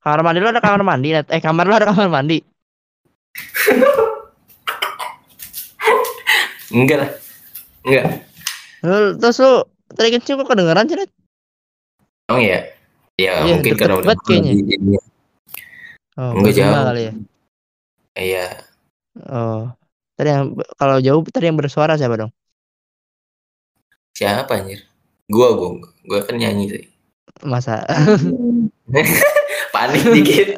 Kamar mandi lu ada kamar mandi? Kamar lu ada kamar mandi? Enggak lah. Enggak. Terus lu tadi kencing kok kedengeran sih, Net? Oh ya. Ya Iya, mungkin deket karena udah banget kayaknya. enggak Bergema jauh. kali ya. Iya. Tadi yang kalau jauh tadi yang bersuara siapa dong? Siapa anjir? Gua kan nyanyi tadi. Masa? Panik dikit.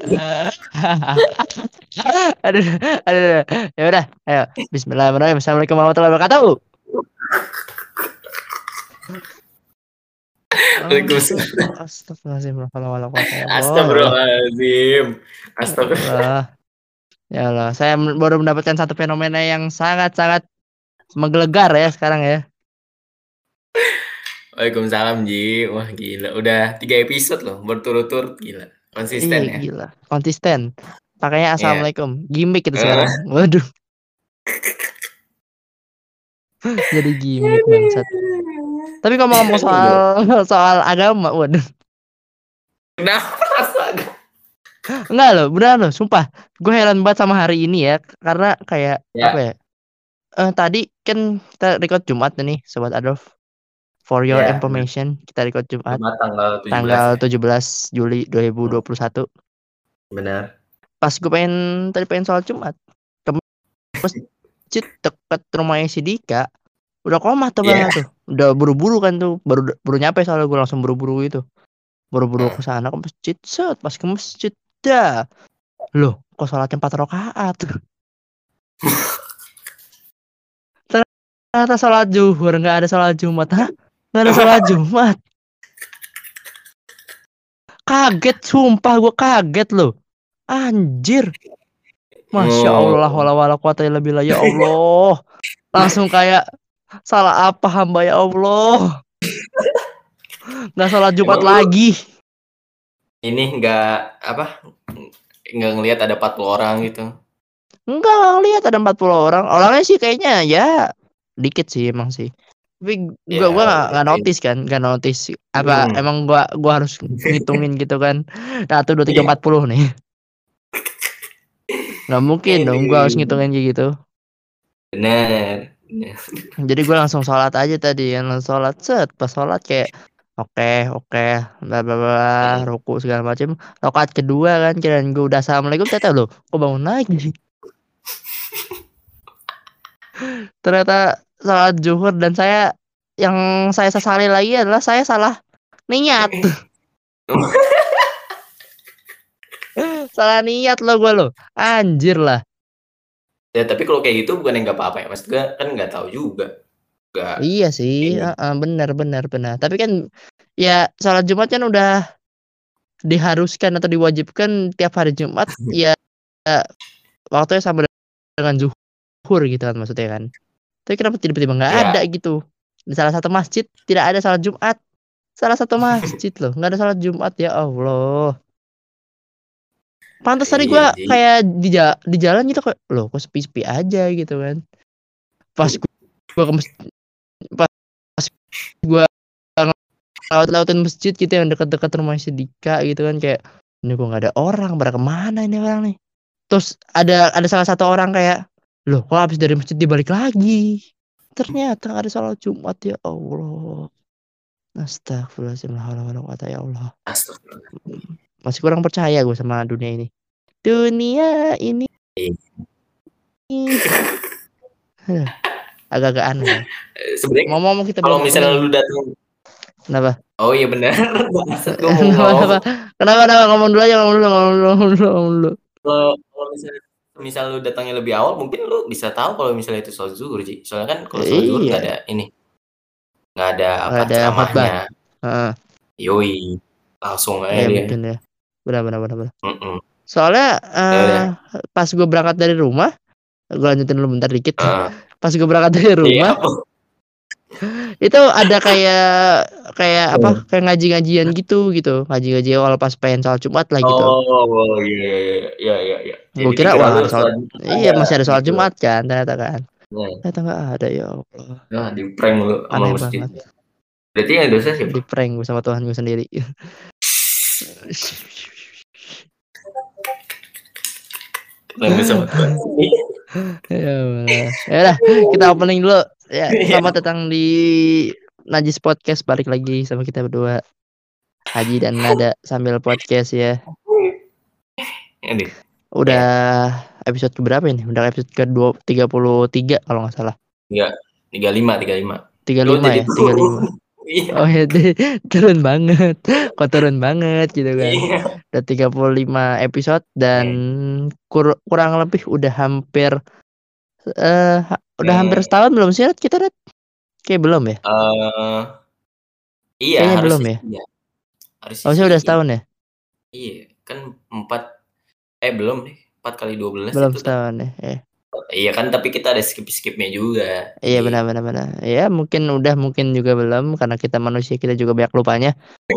aduh, aduh. Ya udah, ayo. Bismillahirrahmanirrahim. Assalamualaikum warahmatullahi wabarakatuh. Waalaikumsalam. Astagfirullahaladzim. Ya Astagfirullahaladzim. Allah. Ya Allah. Saya baru mendapatkan satu fenomena yang sangat-sangat menggelegar ya sekarang ya. Waalaikumsalam Ji. Wah gila. Udah 3 episode loh berturut-turut, gila. Konsisten Iya ya. gila. Konsisten. Pakainya Iya. assalamualaikum. Gimmick itu sekarang. Waduh. Jadi gimmick bangsat. Tapi ngomong-ngomong soal agama, waduh. Kenapa astaga? Enggak loh, beneran loh, sumpah. Gue heran banget sama hari ini ya, karena kayak apa ya? Tadi kan kita record Jumat nih, Sobat Adolf. For your Ya, information, kita record Jumat. tanggal 17 17 Juli 2021. Benar. Pas gue pengen sholat Jumat ke masjid dekat rumahnya si Dika, udah komat tuh Iya. tuh. Udah buru-buru kan tuh, baru nyampe soalnya gue langsung buru-buru itu. Buru-buru ke sana ke masjid, pas ke masjid dah. Loh, kok sholatnya 4 rakaat? Ternyata sholat zuhur, nggak ada sholat Jumat. Hah? Nggak ada sholat Jumat. Kaget, sumpah gue kaget loh. Anjir. Masya Allah, wala quwata illa billah, ya Allah. Langsung kayak salah apa hamba, ya Allah. Nggak sholat Jumat lagi. Ini nggak ngelihat ada 40 orang gitu. Enggak ngelihat ada 40 orang. Orangnya sih kayaknya ya dikit sih emang sih. Tapi gua nggak notice kan, nggak notice apa emang gua harus ngitungin gitu kan. 1 2 3 40 nih. Nggak mungkin dong gua harus ngitungin kayak gitu. Benar. Jadi gua langsung sholat aja tadi, langsung sholat pas sholat kayak oke, bla bla bla, ruku segala macam. Rakaat kedua kan kirain gua udah assalamualaikum, ternyata loh kok bangun lagi. Ternyata sholat zuhur, dan yang saya sesali lagi adalah saya salah niat. Salah niat loh gue loh. Anjir lah. Ya tapi kalau kayak gitu bukan yang nggak apa-apa ya. Maksud gue kan nggak tahu juga. Iya sih, benar. Tapi kan ya sholat Jumat kan udah diharuskan atau diwajibkan tiap hari Jumat ya, waktunya sama dengan zuhur gitu kan maksudnya kan. Tapi kenapa tiba-tiba nggak ada gitu? Di salah satu masjid tidak ada sholat Jumat. Salah satu masjid loh nggak ada sholat Jumat, ya Allah. Pantas tadi gue kayak di jalan gitu kayak loh kok sepi-sepi aja gitu kan. Pas gue lautin masjid gitu yang dekat-dekat rumah si Dika gitu kan, kayak ini kok nggak ada orang, pada kemana ini orang nih. Terus ada salah satu orang kayak loh kok habis dari masjid dibalik lagi, ternyata ada sholat Jumat, ya Allah. Astagfirullahaladzim, ya Allah. Masih kurang percaya gue sama dunia ini. Agak-agak aneh. Sebenarnya ngomong kita kalau misalnya lu datang. Kenapa? Oh iya benar. Kenapa ngomong dulu aja, ngomong dulu. Kalau misalnya lu datangnya lebih awal, mungkin lu bisa tahu kalau misalnya itu sholat zuhur sih. Soalnya kan kalau sholat zuhur nggak ada ini, nggak ada ceramahnya. Yoi, langsung aja dia. Mungkin ya. Benar. Soalnya pas gue berangkat dari rumah, gue lanjutin dulu bentar dikit. Pas gue berangkat dari rumah, itu ada kayak apa? Kayak ngaji-ngajian gitu. Ngaji-ngaji awal pas pengen sholat Jumat lah gitu. Oh iya. Gue kira wah ada sholat. Iya, masih ada sholat gitu. Jumat kan, ternyata kan. Ternyata nggak ada, ya Allah. Nah, di prank lu sama masjid. Berarti yang dosa siapa? Di prank gue sama Tuhan gue sendiri. Ya udah, kita opening dulu. Ya, selamat datang di Najis Podcast, balik lagi sama kita berdua. Haji dan Nada sambil podcast ya. Udah episode keberapa ini? Udah episode ke-33 kalau nggak salah. 35 ya, 35. Oh ya, turun banget. Kok turun banget gitu kan. Udah 35 episode dan kurang lebih udah hampir hampir setahun belum sih kita, Red? Kayak belum ya? Iya, kayaknya belum ya? Iya. Harusnya udah setahun ya? Iya, kan 4 belum nih. 4 kali 12 belum itu setahun kan. Ya. Iya kan, tapi kita ada skip-skipnya juga. Iya benar. Ya mungkin juga belum, karena kita manusia, kita juga banyak lupanya.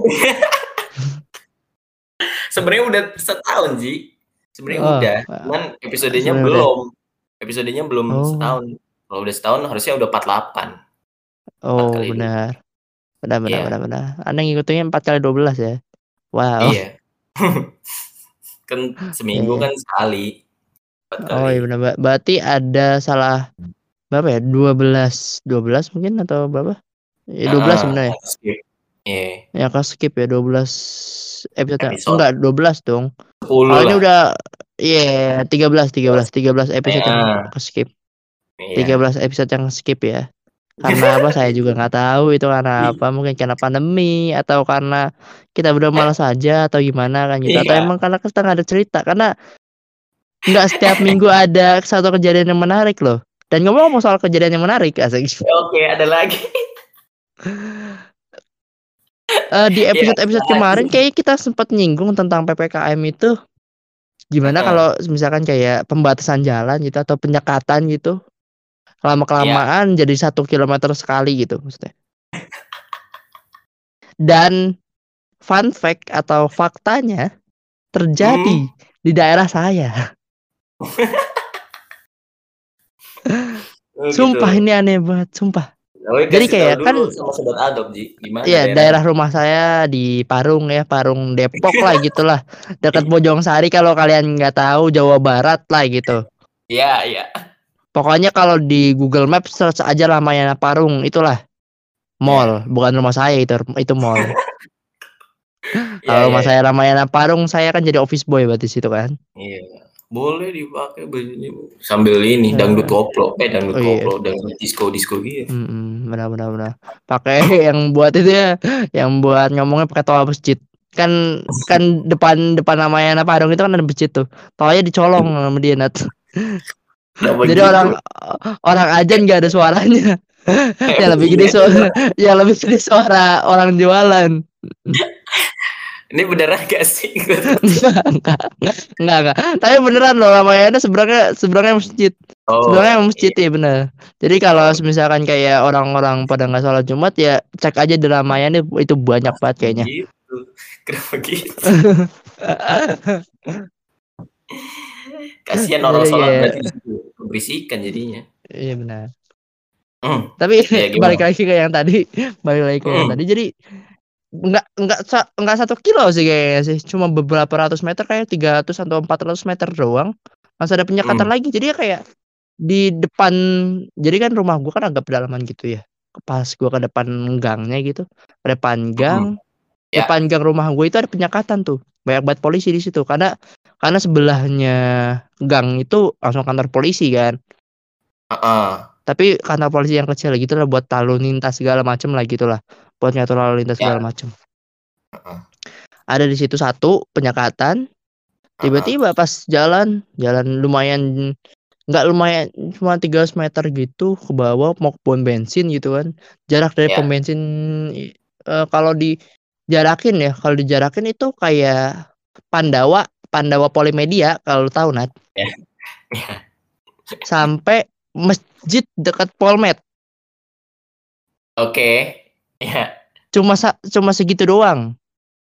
Sebenarnya udah setahun Ji. Sebenarnya udah, cuman episodenya belum. Episodenya belum setahun. Kalau udah setahun harusnya udah 48. Oh benar. Benar. Anda ngikutinnya 4 kali 12 ya. Wow. Iya. Kan seminggu kan sekali. 4 kali. Oh iya benar. Berarti ada salah berapa ya? 12 mungkin atau berapa? 12 sebenarnya. Ya kan skip ya 12 episode. Enggak, 12 dong. Kalau ini udah 13 episode yang ke skip. 13 episode yang skip ya. Karena apa saya juga nggak tahu itu karena apa, mungkin karena pandemi atau karena kita udah malas aja atau gimana kan gitu, atau emang karena kita nggak ada cerita, karena nggak setiap minggu ada satu kejadian yang menarik loh. Dan ngomong soal kejadian yang menarik, asik. Oke, ada lagi. Di episode kemarin kayaknya kita sempat nyinggung tentang PPKM itu. Gimana kalau misalkan kayak pembatasan jalan gitu atau penyekatan gitu, lama-kelamaan jadi 1 kilometer sekali gitu maksudnya. Dan fun fact atau faktanya terjadi di daerah saya. Sumpah ini aneh banget, sumpah. Jadi kayak kan sama sobat Adob, Ji. Gimana? Iya, daerah rumah saya di Parung ya, Parung Depok lah gitulah. Dekat Bojongsari kalau kalian nggak tahu, Jawa Barat lah gitu. Iya. Pokoknya kalau di Google Maps search aja Ramayana Parung, itulah mall, bukan rumah saya itu mall. Kalau rumah saya Ramayana Parung, saya kan jadi office boy berarti situ kan. Iya. Boleh dipakai bajunya sambil ini dangdut koplo, dangdut disco gitu. Benar. Pakai yang buat itu ya, yang buat ngomongnya pakai toa masjid. Kan depan Ramayana Parung itu kan ada masjid tuh. Toanya dicolong sama dia, Nat. Jadi orang ajan nggak ada suaranya. Yang lebih gede suara orang jualan. Ini beneran gak sih? Enggak. Tapi beneran loh, Ramayana seberangnya masjid. Sebenarnya masjid ya bener. Jadi kalau misalkan kayak orang-orang pada nggak sholat Jumat ya cek aja di Ramayana itu banyak banget kayaknya. Gitu. Kenapa gitu? Kasihan orang sholat berarti berisikan jadinya. Iya benar. Tapi balik lagi ke yang tadi. Jadi enggak 1 kilo sih kayaknya sih. Cuma beberapa ratus meter, kayak 300 atau 400 meter doang. Masih ada penyekatan lagi. Jadi kayak di depan, jadi kan rumah gua kan agak pedalaman gitu ya. Pas gua ke depan gangnya gitu, ke depan gang, depan gang rumah gue itu ada penyekatan tuh. Banyak banget polisi di situ karena sebelahnya gang itu langsung kantor polisi kan. Tapi kantor polisi yang kecil gitu lah, buat lalu lintas segala macam lah gitulah. Buat ngatur lalu lintas segala macam. Ada di situ satu penyekatan. Tiba-tiba pas jalan lumayan, nggak lumayan, cuma 300 meter gitu ke bawah mau ke pom bensin gitu kan. Jarak dari pom bensin kalau dijarakin itu kayak Pandawa Polimedia kalau lu tahu, Nat. Sampai masjid dekat Polmed. Oke. Cuma segitu doang.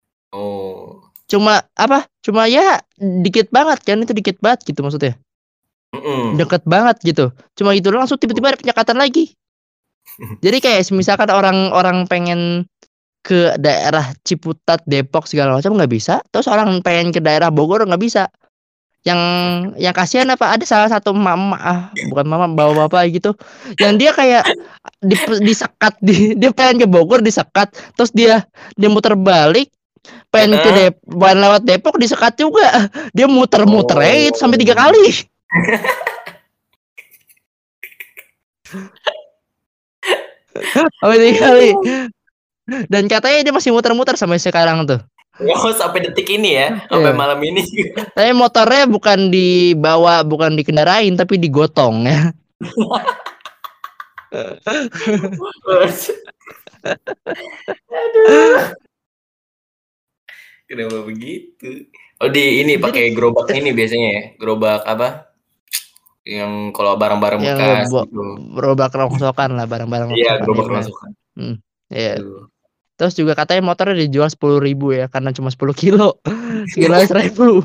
Cuma ya dikit banget kan, itu dikit banget gitu maksudnya. Deket banget gitu. Cuma gitu langsung tiba-tiba ada penyekatan lagi. Jadi kayak misalkan orang pengen ke daerah Ciputat, Depok segala macam nggak bisa. Terus orang pengen ke daerah Bogor nggak bisa. Yang kasihan apa ada salah satu mama, bukan mama, bapak-bapak gitu, yang dia kayak disekat dia pengen ke Bogor disekat, terus dia muter balik pengen lewat Depok disekat juga. Dia muter-muter sampai 3 kali. Sampai 3 kali. Dan katanya dia masih muter-muter sampai sekarang tuh. Oh, sampai detik ini ya, sampai malam ini. Tapi motornya bukan dibawa, bukan dikendarain, tapi digotong ya. Aduh. Kenapa begitu? Oh, di ini pakai gerobak ini biasanya ya, gerobak apa? Yang kalau barang-barang bekas gitu. Gerobak rongsokan lah, barang-barang rongsokan. Iya, gerobak rongsokan. Iya. Terus juga katanya motornya dijual 10.000 ya, karena cuma 10 kilo. Sekilo 1.000.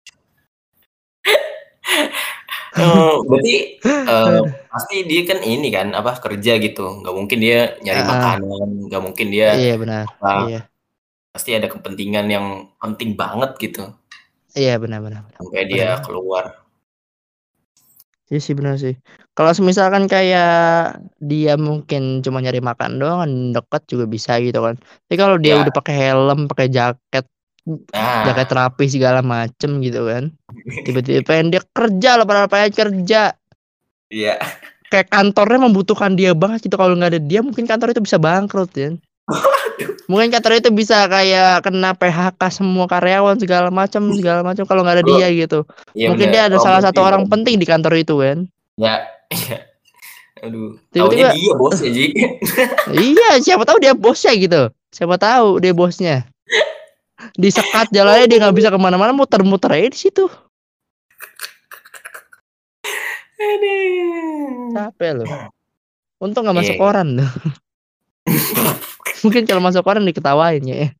Berarti pasti dia kan ini kan apa kerja gitu, nggak mungkin dia nyari makanan, nggak mungkin dia. Iya benar. Iya. Pasti ada kepentingan yang penting banget gitu. Iya benar. Sampai dia keluar. Iya sih benar sih. Kalau misalkan kayak dia mungkin cuma nyari makan doang, dekat juga bisa gitu kan. Tapi kalau dia udah pakai helm, pakai jaket rapi segala macem gitu kan, tiba-tiba pengen dia kerja lah, padahal pengen kerja. Iya. Kayak kantornya membutuhkan dia banget gitu. Kalau nggak ada dia mungkin kantor itu bisa bangkrut ya. Mungkin kantor itu bisa kayak kena PHK semua karyawan segala macam kalau nggak ada dia gitu. Iya, mungkin dia ada salah satu orang penting di kantor itu kan. Ya. Aduh. Tiba-tiba dia bosnya Ji. Iya, siapa tahu dia bosnya gitu. Siapa tahu dia bosnya. Disekat jalannya dia nggak bisa kemana-mana, muter-muter aja di situ. Capek loh. Untung nggak masuk koran loh. Mungkin kalau masuk koran diketawain ya.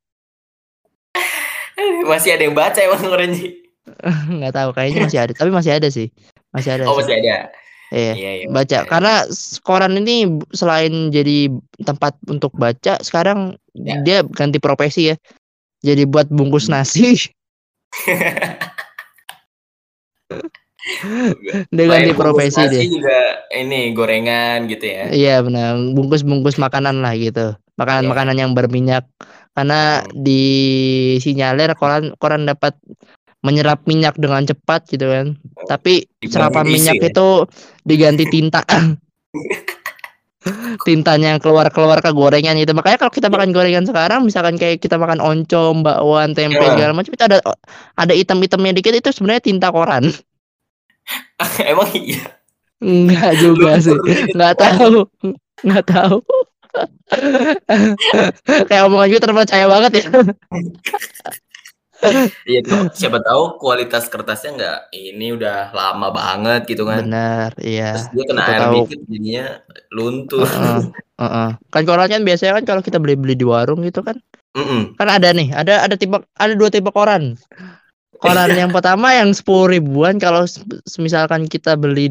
Masih ada yang baca emang koran Ji? Nggak tahu, kayaknya masih ada, tapi masih ada sih. Masih ada. Oh, masih ada. Iya, baca. Karena koran ini selain jadi tempat untuk baca, sekarang dia ganti profesi ya. Jadi buat bungkus nasi. Dia ganti profesi dia. Juga ini gorengan gitu ya. Iya benar, bungkus makanan lah gitu. Makanan yang berminyak. Karena disinyalir koran dapat menyerap minyak dengan cepat gitu kan. Tapi serapan minyak itu diganti tinta. Tintanya yang keluar ke gorengan gitu. Makanya kalau kita makan gorengan sekarang, misalkan kayak kita makan oncom, bakwan, tempe segala macam, itu ada hitam-hitamnya dikit, itu sebenarnya tinta koran. Emang iya? Enggak juga sih. Enggak tahu. Kayak omongan gue terpercaya banget ya. Iya tuh, siapa tahu kualitas kertasnya nggak ini udah lama banget gitu kan. Benar, iya. Terus dia kena air dikit jadinya luntur. Kan koran kan biasanya kan kalau kita beli di warung gitu kan. Kan ada nih, ada 2 tipe koran. Koran yang pertama yang 10.000-an kalau misalkan kita beli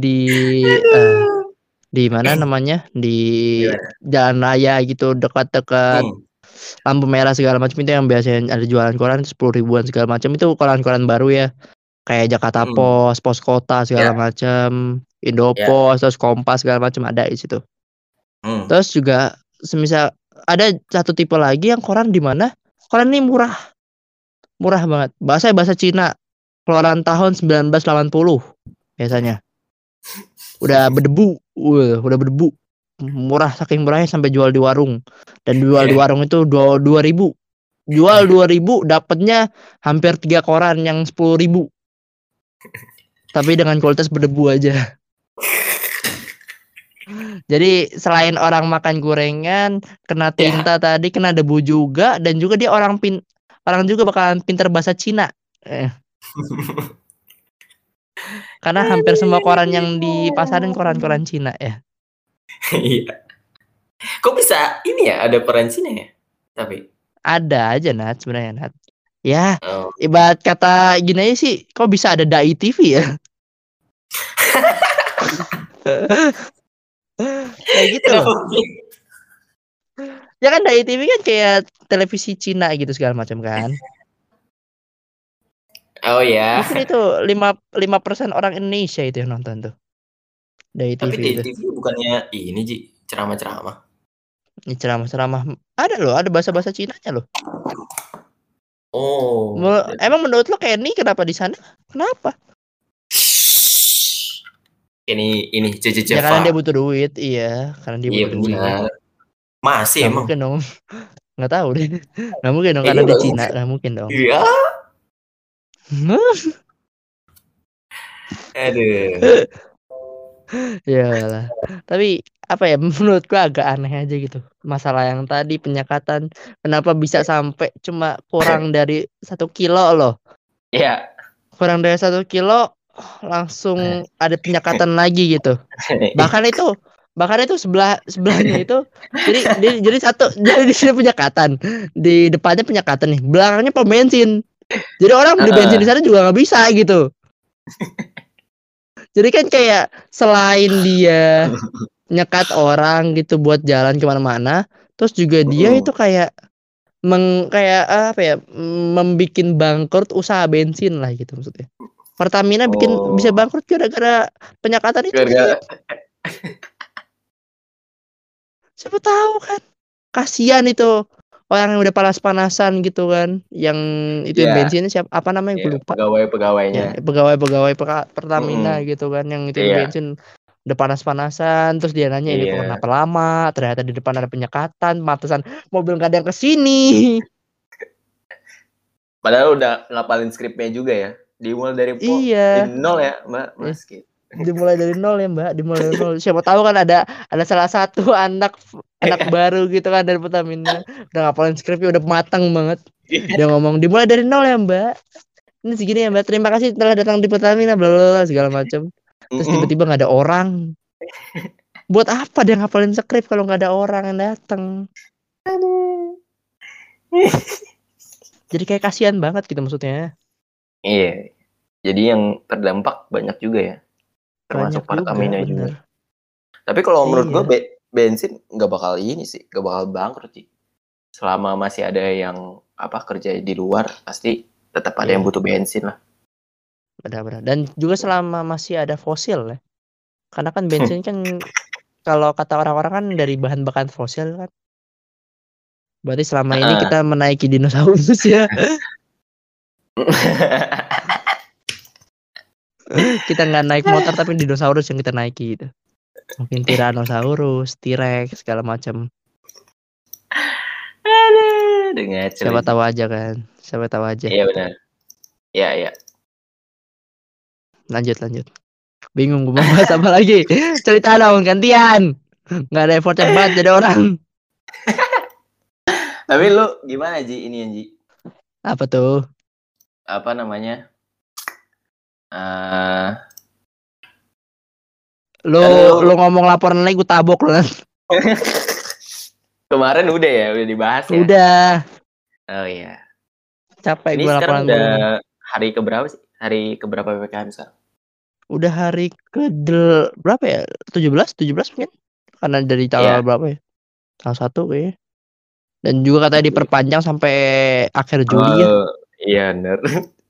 di mana namanya? Di jalan raya gitu, dekat-dekat lampu merah segala macam, itu yang biasanya ada jualan koran 10.000-an segala macam, itu koran-koran baru ya. Kayak Jakarta Pos, Pos Kota segala macam, Indopos, terus Kompas segala macam ada di situ. Terus juga semisal ada satu tipe lagi yang koran di mana koran ini murah banget. Bahasa Cina, keluaran tahun 1980 biasanya. Udah berdebu, murah, saking murahnya sampai jual di warung. Dan jual di warung itu 2.000. Jual 2.000 dapatnya hampir 3 koran yang 10.000. Tapi dengan kualitas berdebu aja. Jadi selain orang makan gorengan, kena tinta tadi, kena debu juga, dan juga dia orang juga bakalan pinter bahasa Cina. Karena hampir semua koran yang dipasarin koran-koran Cina ya. Iya. Kok bisa ini ya ada koran Cina ya? Tapi ada aja Nat sebenarnya Nat. Ya, ibarat kata gini aja sih, kok bisa ada Dai TV ya? Kayak gitu. Ya kan Dai TV kan kayak televisi Cina gitu segala macam kan. Oh ya. Mungkin itu 5% orang Indonesia itu yang nonton tuh. Dari Tapi TV di itu. TV bukannya ini Ji, ceramah-ceramah. Ini ceramah-ceramah. Ada loh, ada bahasa-bahasa Cinanya loh. Oh. Emang menurut lo Kenny kenapa di sana? Kenapa? Ini Cici Ya karena dia butuh duit, iya, karena dia butuh duit. Benar. Masih Gak emang. mungkin dong. Nggak tahu deh. Nggak mungkin dong karena Iya, di Cina, nggak mungkin dong. Iya. Aduh. Ya lah. Tapi apa ya, menurut gua agak aneh aja gitu. Masalah yang tadi penyekatan, kenapa bisa sampai cuma kurang dari 1 kilo loh. Iya. Kurang dari 1 kilo langsung ada penyekatan lagi gitu. Bahkan itu sebelahnya itu jadi satu, jadi di sini penyekatan, di depannya penyekatan nih, belakangnya pom bensin. Jadi orang beli bensin di sana juga nggak bisa gitu. Jadi kan kayak selain dia nyekat orang gitu buat jalan kemana-mana, terus juga dia itu kayak kayak apa ya, membikin bangkrut usaha bensin lah gitu maksudnya. Pertamina bisa bangkrut gara-gara penyekatan itu kayaknya. Siapa tahu kan. Kasihan itu orang yang udah panas-panasan gitu kan, yang itu bensinnya siapa, apa namanya gue lupa. Pegawai-pegawainya. Ya, pegawai Pertamina gitu kan, yang itu bensin udah panas-panasan, terus dia nanya ini kok kenapa lama, ternyata di depan ada penyekatan, pantesan mobil gak ada yang kesini. Padahal udah ngapalin skripnya juga ya. Dimulai dari nol ya Mbak Mas gitu. Dimulai dari nol ya Mbak, dimulai dari nol. Siapa tahu kan ada salah satu anak baru gitu kan dari Pertamina, udah ngapalin skripnya udah matang banget. Dia ngomong dimulai dari nol ya Mbak. Ini segini ya Mbak, terima kasih telah datang di Pertamina, bla bla segala macam. Terus tiba-tiba nggak ada orang. Buat apa dia ngapalin skrip kalau nggak ada orang yang datang? Jadi kayak kasihan banget gitu maksudnya. Iya. Jadi yang terdampak banyak juga ya. Termasuk Pertamina juga. Tapi kalau menurut gue bensin nggak bakal ini sih, nggak bakal bangkrut sih. Selama masih ada yang kerja di luar, pasti tetap ada yang butuh bensin lah. Benar-benar. Dan juga selama masih ada fosil ya. Karena kan bensin kan kalau kata orang-orang kan dari bahan bakar fosil kan. Berarti selama ini kita menaiki dinosaurus ya. Kita nggak naik motor tapi dinosaurus yang kita naiki gitu. Mungkin Tyrannosaurus, T-Rex segala macam. Siapa tahu aja kan. Siapa tahu aja. Iya benar. Iya. Lanjut. Bingung gue mau bahas apa lagi. Cerita dong gantian. Nggak ada effortnya banget jadi orang. Tapi lu gimana Ji ini Ji? Apa tuh? Apa namanya? Lu ngomong laporan lagi gue tabok lu kan. Kemarin udah dibahas ya. Udah. Oh iya. Capek ini gue sekarang laporan udah hari keberapa sih? Hari keberapa PPKM sekarang? Udah hari berapa ya? 17 mungkin. Karena dari tanggal berapa ya? Tanggal 1 kayaknya. Dan juga katanya diperpanjang sampai akhir Juli ya. Iya benar.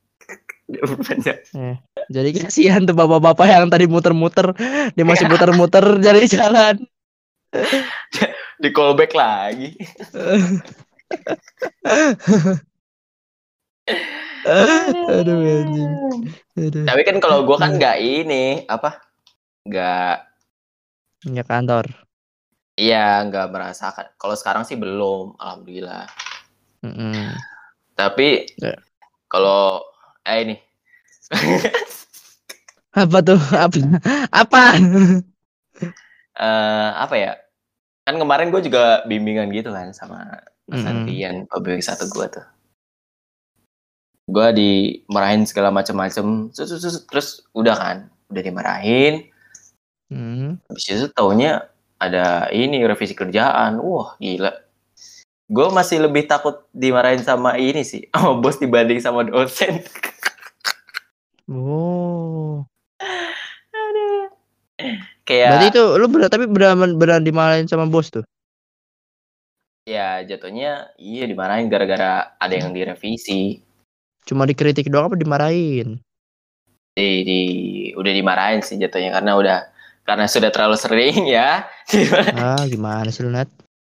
Jadi kasihan tuh bapak-bapak yang tadi muter-muter, dia masih muter-muter dari jalan. Di callback lagi. Aduh anjing. Tapi kan kalau gue kan nggak nggak kantor. Iya, nggak merasakan. Kalau sekarang sih belum, alhamdulillah. Tapi kalau ini apa tuh? Apa? Apa ya? Kan kemarin gue juga bimbingan gitu kan sama Mas Andrian, pabrik satu gue tuh. Gue dimarahin segala macam-macam, terus udah dimarahin. Habis itu taunya ada ini revisi kerjaan. Wah gila. Gue masih lebih takut dimarahin sama ini sih, sama bos dibanding sama dosen. Oh. Aduh. Kayak. Berarti itu lu beneran dimarahin sama bos tuh? Ya jatuhnya iya dimarahin gara-gara ada yang direvisi. Cuma dikritik doang apa dimarahin? Udah dimarahin sih jatuhnya karena sudah terlalu sering ya. Gimana sih lu, Nat?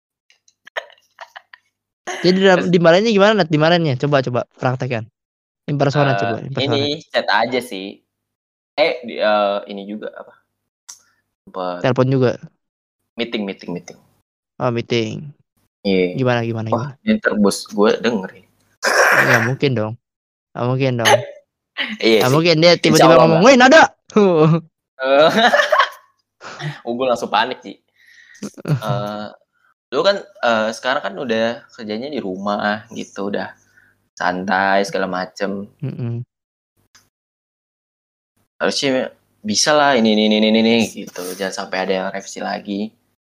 Jadi dimarahinnya gimana, Nat? Dimarahinnya coba praktekkan. Impersonate coba, impersonate. Ini chat aja sih. Ini juga apa? Telepon juga. Meeting. Oh, meeting. Iya. Gimana? Wah, ntar bos gue dengerin. Nggak mungkin dong. Iya sih. Mungkin dia Insya tiba-tiba Allah ngomong, nggak. "Woi, Nada." Gue langsung panik sih. Lu kan sekarang kan udah kerjanya di rumah gitu, udah santai segala macem. Harusnya bisa lah ini gitu, jangan sampai ada yang revisi lagi.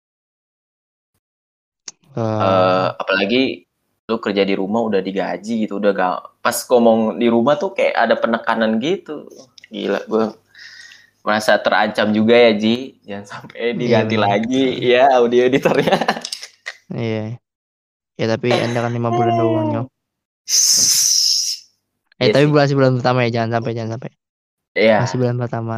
Apalagi lu kerja di rumah udah digaji gitu, udah gak pas ngomong di rumah tuh kayak ada penekanan gitu. Gila, gue merasa terancam juga ya, Ji. Jangan sampai diganti lagi ya audio editornya. Iya. Ya tapi Anda kan 5 bulan doang, Nyok. Tapi masih bulan pertama ya, jangan sampai. Iya. Masih bulan pertama.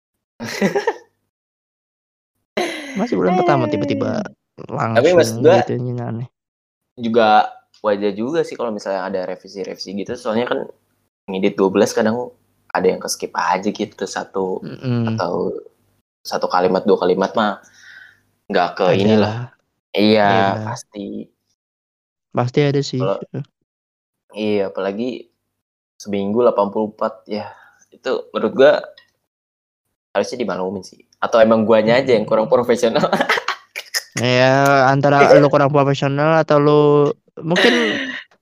Masih bulan pertama tiba-tiba langsung. Tapi maksud gue gitu aneh. Juga wajar juga sih kalau misalnya ada revisi gitu, soalnya kan ngedit 12 kadang ada yang ke-skip aja gitu atau satu kalimat 2 kalimat mah nggak ke ada. Inilah. Iya, pasti ada sih. Iya, apalagi seminggu 84 ya. Itu menurut gua harusnya dimaklumin sih. Atau emang guanya aja yang kurang profesional. Ya, antara lu kurang profesional atau lu mungkin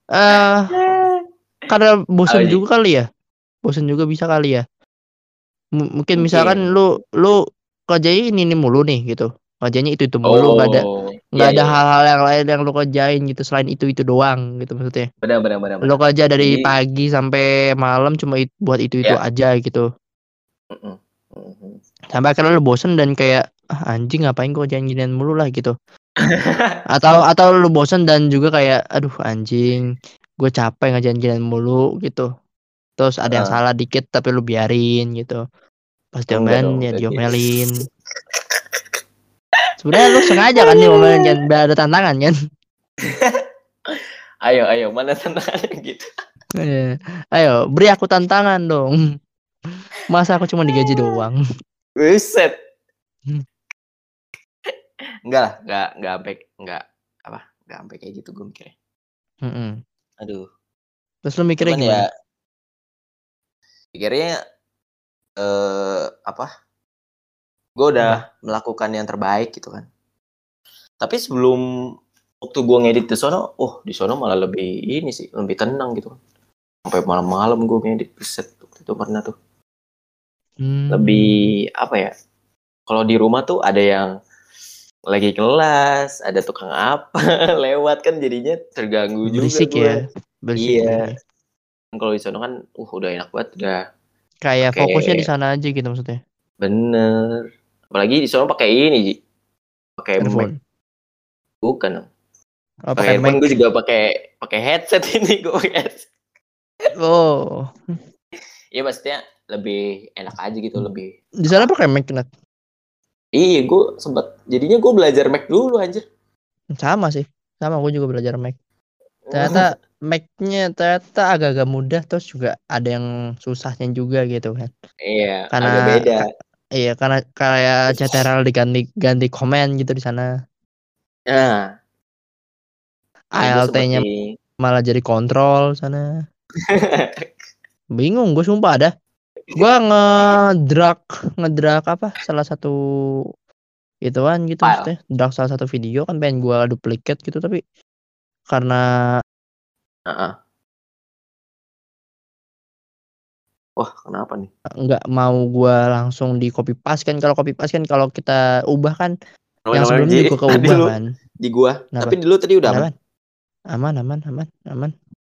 karena bosan juga kali ya. Bosan juga bisa kali ya. Mungkin misalkan lu kerjain ini mulu nih gitu. Kerjanya itu mulu, nggak ada hal-hal yang lain yang lu kerjain gitu selain itu doang gitu maksudnya. Benar. Lu kerja dari pagi sampai malam cuma buat itu aja gitu. Sampai akhirnya lu bosen dan kayak anjing ngapain gua janjian mulu lah gitu. atau lu bosen dan juga kayak aduh anjing gue capek ngejanjian mulu gitu. Terus ada yang salah dikit tapi lu biarin gitu. Pas diomelin ya diomelin. Sebenarnya lu sengaja kan diomelin kan biar ada tantangan kan. Ayo mana tantangannya gitu. Ayo beri aku tantangan dong. Masa aku cuma digaji doang. Buset. Enggak sampai kayak gitu gue mikirnya. Aduh. Terus lu mikirnya gimana? Ya, pikirnya gue udah melakukan yang terbaik gitu kan. Tapi sebelum waktu gue ngedit di sono malah lebih tenang gitu. Sampai malam-malam gue ngedit preset waktu itu pernah tuh. Lebih apa ya? Kalau di rumah tuh ada yang lagi kelas, ada tukang apa lewat kan jadinya terganggu berisik juga gue. Berisik. Iya. Kalau di sono kan udah enak banget udah. Kayak fokusnya di sana aja gitu maksudnya. Bener. Apalagi di sono pakai ini, pakai handphone. Bukan. Pakai handphone gue juga pakai headset ini gue pakai headset. Oh. Iya maksudnya lebih enak aja gitu lebih. Di sana pakai Mac Nat? Iya gue jadinya gue belajar Mac dulu anjir. Sama sih, gue juga belajar Mac. Ternyata Mac-nya ternyata agak-agak mudah terus juga ada yang susahnya juga gitu kan. Iya. Karena agak beda. Iya karena kayak CTRL diganti komen gitu di sana. Nah. ALT-nya malah jadi kontrol sana. Bingung gue sumpah ada. Gue ngedrag apa salah satu ituan gitu maksudnya. Drag salah satu video kan pengen gue duplicate gitu tapi karena wah kenapa nih? Nggak mau gue langsung di copy paste kan, kalau copy paste kan kalau kita ubah kan yang sebelumnya juga keubah kan. Di gua. Kenapa? Tapi dulu tadi udah aman.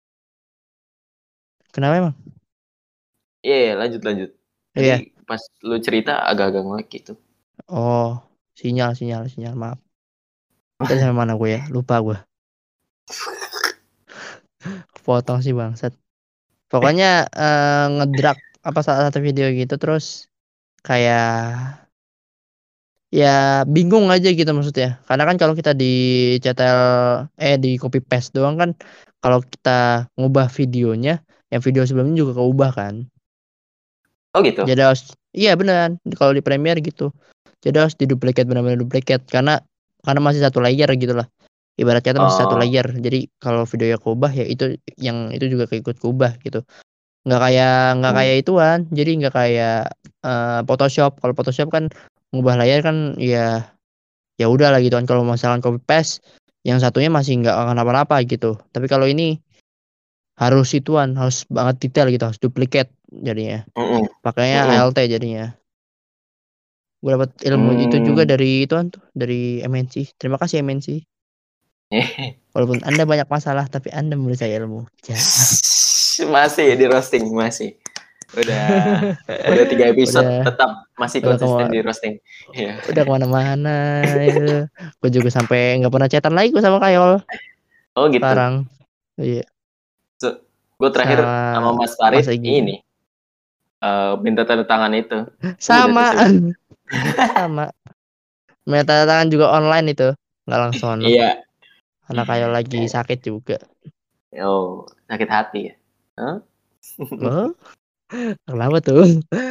Kenapa emang? Iya, lanjut. Jadi pas lu cerita agak-agak nge-lag gitu. Oh, sinyal maaf. Tadi sampai mana gue ya? Lupa gue. Potong sih bangsat. Pokoknya ngedrag apa salah satu video gitu terus kayak ya bingung aja gitu maksudnya. Karena kan kalau kita dicetel di copy paste doang kan kalau kita ngubah videonya, yang video sebelumnya juga keubah kan. Oh gitu. Jadi iya beneran kalau di Premiere gitu. Jadi harus diduplikat benar-benar duplikat karena masih satu layer gitu lah. Ibaratnya masih satu layer. Jadi kalau videonya keubah ya itu yang itu juga ikut keubah gitu. Nggak kayak ituan. Jadi nggak kayak Photoshop. Kalau Photoshop kan ngubah layar kan ya udah lah gitu kan. Kalau misalkan copy paste yang satunya masih nggak akan apa-apa gitu. Tapi kalau ini harus banget detail gitu, harus duplikat jadinya. Pakainya ALT jadinya. Gue dapat ilmu itu juga dari dari MNC. Terima kasih MNC. Walaupun Anda banyak masalah tapi Anda memberi saya ilmu. Ya. Masih di roasting masih. Udah 3 episode tetap masih konsisten di roasting. Yeah. Udah kemana-mana itu. Gue juga sampai nggak pernah chatan lagi gue sama Kayol. Oh gitu. Sekarang. Iya. Gue terakhir sama Mas Farid ini. Minta tanda tangan itu. Sama. Sama. Minta tanda tangan juga online itu. Nggak langsung. Iya. Anak Kayol lagi sakit juga. Oh, sakit hati ya? Huh? Oh, kenapa tuh?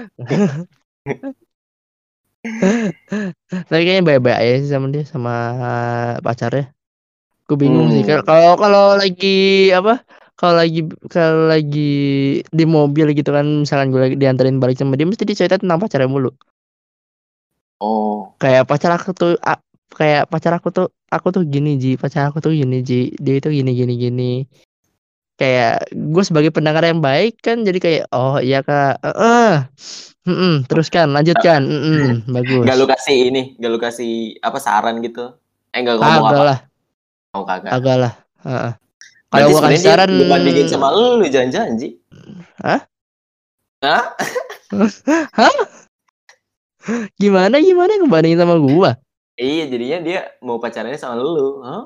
Tapi kayaknya baik-baik aja sih sama dia, sama pacarnya. Gue bingung sih kalau lagi apa? Kalau lagi di mobil gitu kan, misalkan gue lagi dianterin balik sama dia, mesti diceritain tentang pacarnya mulu. Oh. Kayak pacar aku tuh aku tuh gini Ji, pacar aku tuh gini Ji, dia itu gini. Kayak gue sebagai pendengar yang baik kan jadi kayak oh iya Kak. Teruskan, lanjutkan. Bagus. Gak lu kasih apa saran gitu? Enggak ngomong apa? Lah. Oh kagak. Kagak lah. Kalau gue kasih saran dibandingin sama lu jangan-jangan Ji. Hah? Hah? Gimana ngebandingin sama gua? Iya, jadinya dia mau pacarannya sama lu. Oh.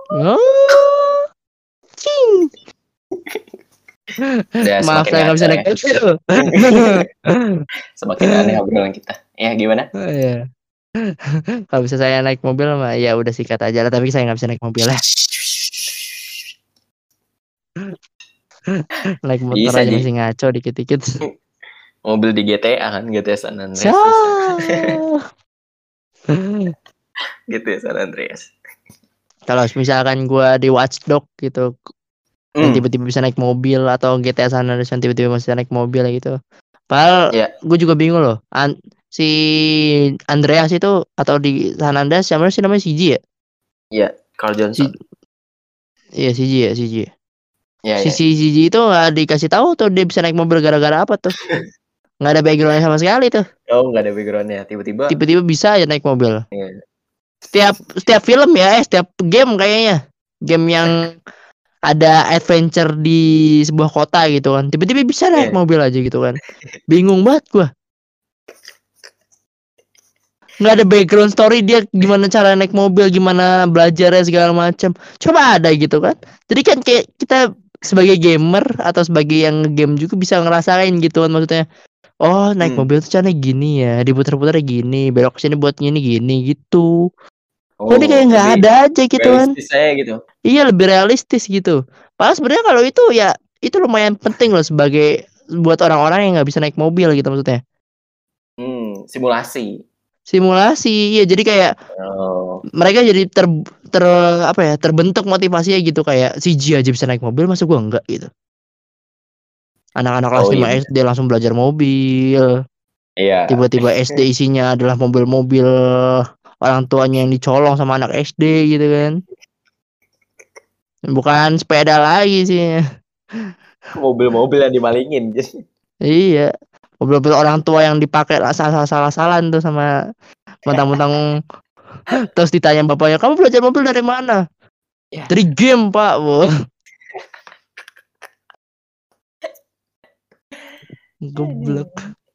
Cing. Maaf saya nggak bisa naik mobil. Semakin aneh obrolan kita. Ya gimana? Iya. Kalau bisa saya naik mobil mah ya udah sikat aja lah. Tapi saya nggak bisa naik mobil lah. Naik motor aja masih ngaco dikit-dikit. Mobil di GTA kan, GTA San Andreas. GTA San Andreas. Kalau misalkan gua di Watch Dogs gitu, yang tiba-tiba bisa naik mobil, atau GTA San Andreas yang tiba-tiba bisa naik mobil gitu. Padahal gue juga bingung loh. Si Andreas itu atau di San Andreas siapa sih namanya, CJ ya? Iya, Carl Johnson. Iya CJ. Si CJ itu nggak dikasih tahu tuh dia bisa naik mobil gara-gara apa tuh? Nggak ada backgroundnya sama sekali tuh. Oh, nggak ada backgroundnya, tiba-tiba bisa aja naik mobil. Iya. Setiap film ya, setiap game kayaknya, game yang ada adventure di sebuah kota gitu kan, tiba-tiba bisa naik mobil aja gitu kan. Bingung banget gua. Nggak ada background story dia gimana cara naik mobil, gimana belajarnya segala macam. Coba ada gitu kan. Jadi kan kayak kita sebagai gamer atau sebagai yang game juga bisa ngerasain gitu kan, maksudnya. Oh, naik mobil tuh caranya gini ya, diputar-putar gini, belok sini buat gini gitu. Oh, ini kayak nggak ada aja gitu kan. Gitu. Iya, lebih realistis gitu. Padahal sebenarnya kalau itu ya itu lumayan penting loh sebagai buat orang-orang yang nggak bisa naik mobil gitu maksudnya. Simulasi, iya, jadi kayak mereka jadi terbentuk motivasinya gitu, kayak CJ aja bisa naik mobil, masa gua enggak gitu. Anak-anak kelas 5 SD langsung belajar mobil. Iya. Tiba-tiba SD isinya adalah mobil-mobil orang tuanya yang dicolong sama anak SD gitu kan. Bukan sepeda lagi sih. Mobil-mobil yang dimalingin. Iya. Mobil-mobil orang tua yang dipakai salah-salan tuh sama mentang-mentang. Terus ditanya bapaknya, kamu belajar mobil dari mana? Dari game, Pak. Goblok.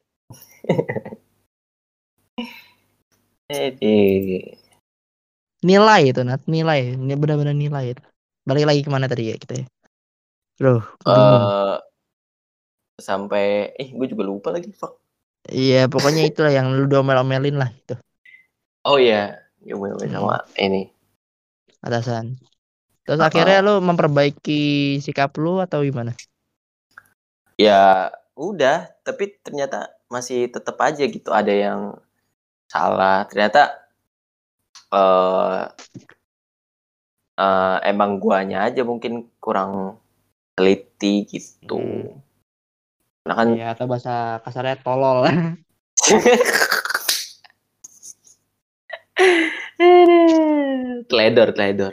Nilai itu, nilai. Ini benar-benar nilai itu. Balik lagi kemana tadi ya kita ya? Bro, bingung. sampai gue juga lupa lagi, fuck. Iya, pokoknya itulah yang lu domel-omelin lah itu. Oh iya, ngomel-ngomel sama ini atasan. Terus akhirnya lu memperbaiki sikap lu atau gimana? Ya udah, tapi ternyata masih tetap aja gitu ada yang salah. Ternyata emang guanya aja mungkin kurang teliti gitu. Karena kan ya, atau bahasa kasarnya tolol. Teledor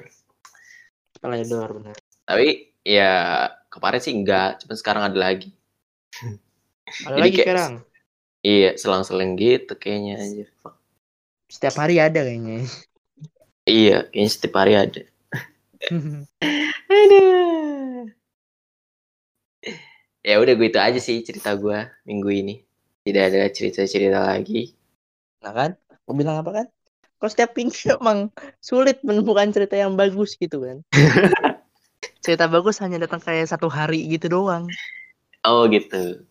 benar. Tapi ya kemarin sih enggak, cuma sekarang ada lagi. Ada Jadi lagi kayak sekarang? Iya, selang-seling gitu kayaknya anjir. Setiap hari ada kayaknya. Iya, kayaknya setiap hari ada. Aduh. Ya udah gue itu aja sih cerita gue minggu ini. Tidak ada cerita-cerita lagi. Nah kan, aku bilang apa kan? Kok setiap minggu emang sulit menemukan cerita yang bagus gitu kan? Cerita bagus hanya datang kayak satu hari gitu doang. Oh gitu.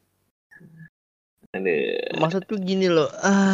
Aduh. Maksudku gini loh.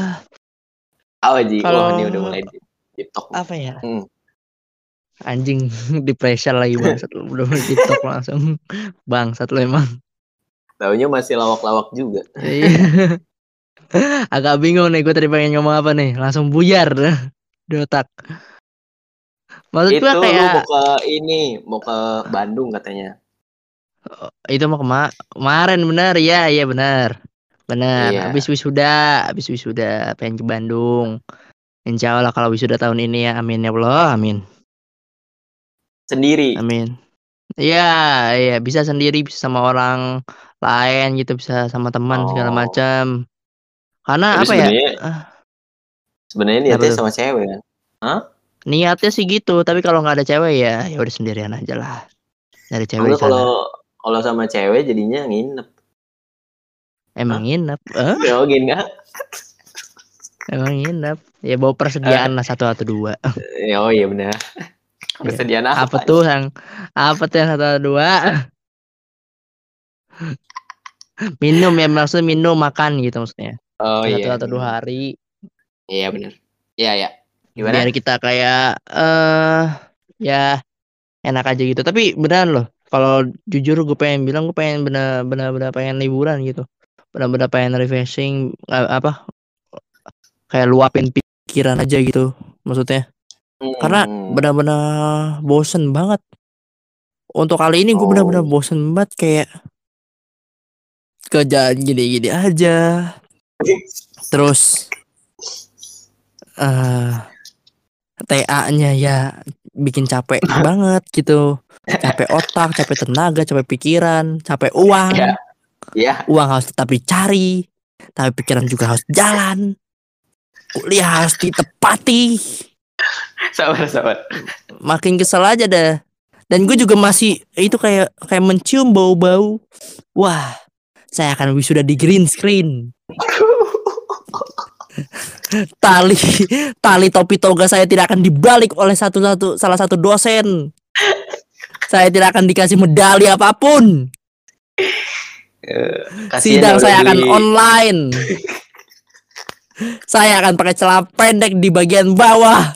Ji? Kalau Wah, ini udah mulai TikTok. Apa ya? Anjing di pressure lagi bangsat lu. Udah mulai TikTok langsung. Bangsat lu emang. Taunya masih lawak-lawak juga. Iya. Agak bingung nih gue tadi pengen ngomong apa nih. Langsung buyar di otak. Maksud gue Itu kayak lu mau ke Bandung katanya. itu mau kemarin bener ya, iya bener. Iya. Habis wisuda pengen ke Bandung. Insya Allah kalau wisuda tahun ini ya, amin ya Allah, amin. Sendiri. Amin. Iya, bisa sendiri, bisa sama orang lain gitu, bisa sama teman segala macam. Karena Tapi apa ya? Sebenarnya niatnya sama cewek kan? Hah? Niatnya sih gitu, tapi kalau nggak ada cewek ya udah sendirian aja lah. Dari cewek di sana. Kalau sama cewek jadinya nginep. Emang nginep? Jogin nggak? Emang nginep. Ya bawa persediaan lah 1 atau 2. Oh iya benar. Persediaan apa tuh yang 1 atau 2? Minum ya, maksudnya minum makan gitu maksudnya. Oh 1 iya. atau 2 hari. Iya benar. Iya. Gimana? Biar kita kayak ya enak aja gitu. Tapi beneran loh, kalau jujur gue pengen bilang, gue pengen bener-bener pengen liburan gitu. Bener-bener pengen refreshing, kayak luapin pikiran aja gitu maksudnya. Karena benar-benar bosen banget. Untuk kali ini gue benar-benar bosen banget, kayak kerjaan gini-gini aja. Terus TA-nya ya bikin capek banget gitu. Capek otak, capek tenaga, capek pikiran, capek uang. Uang harus tetap dicari, tapi pikiran juga harus jalan. Kuliah harus ditepati. Sabar. Makin kesel aja dah. Dan gue juga masih itu kayak mencium bau-bau. Wah, saya akan wisuda di green screen. Tali topi toga saya tidak akan dibalik oleh salah satu dosen. Saya tidak akan dikasih medali apapun. Sidang saya akan online. Saya akan pakai celana pendek di bagian bawah.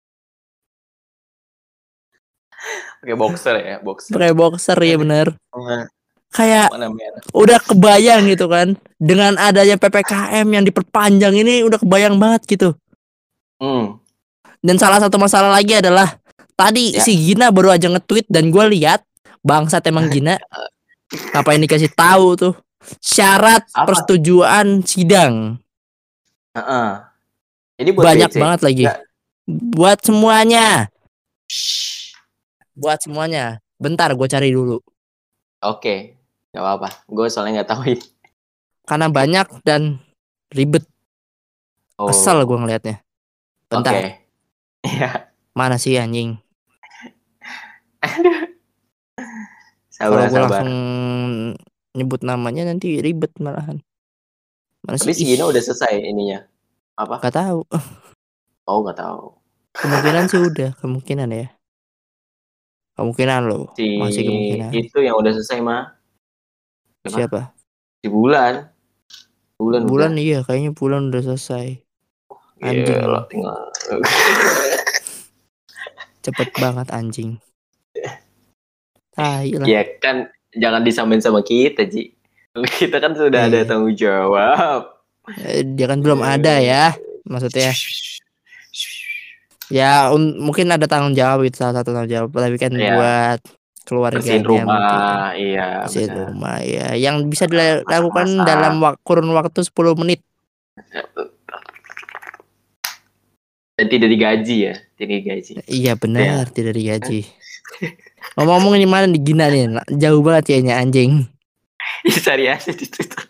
Pakai boxer ya, Pakai boxer ya bener. Kayak mana udah kebayang gitu kan, dengan adanya PPKM yang diperpanjang ini udah kebayang banget gitu. Dan salah satu masalah lagi adalah tadi si Gina baru aja nge-tweet dan gue lihat, bangsat emang Gina. Ngapain dikasih tahu tuh syarat persetujuan sidang. Ini buat banyak BC. Banget lagi. Buat semuanya. Bentar gue cari dulu. Oke. Gak apa-apa. Gue soalnya gak tahu ini. Karena banyak dan ribet. Kesel gue ngelihatnya. Bentar. Mana sih anjing? Kalau gue langsung nyebut namanya nanti ribet malahan. Tapi si Gina udah selesai ininya. Apa? Gak tahu. Oh, gak tahu. Kemungkinan sih udah, kemungkinan ya. Kemungkinan loh, masih kemungkinan. Itu yang udah selesai mah. Siapa? Di bulan. Bulan udah. iya, kayaknya bulan udah selesai. Anjing Gila, emang. tinggal. Cepet banget anjing. Tai lah. Ya kan jangan disamain sama kita, Ji. Kita kan sudah ada tanggung jawab. Dia kan belum ada ya, maksudnya. Ya mungkin ada tanggung jawab, itu salah satu tanggung jawab, tapi kan buat keluarganya rumah, mungkin. iya. Bersihin rumah ya, yang bisa dilakukan dalam kurun waktu 10 menit. Dan tidak digaji ya, tidak digaji. Iya benar, tidak digaji. Ngomong-ngomong ini mana di Gina nih, jauh banget kayaknya anjing. Cari aja di Twitter.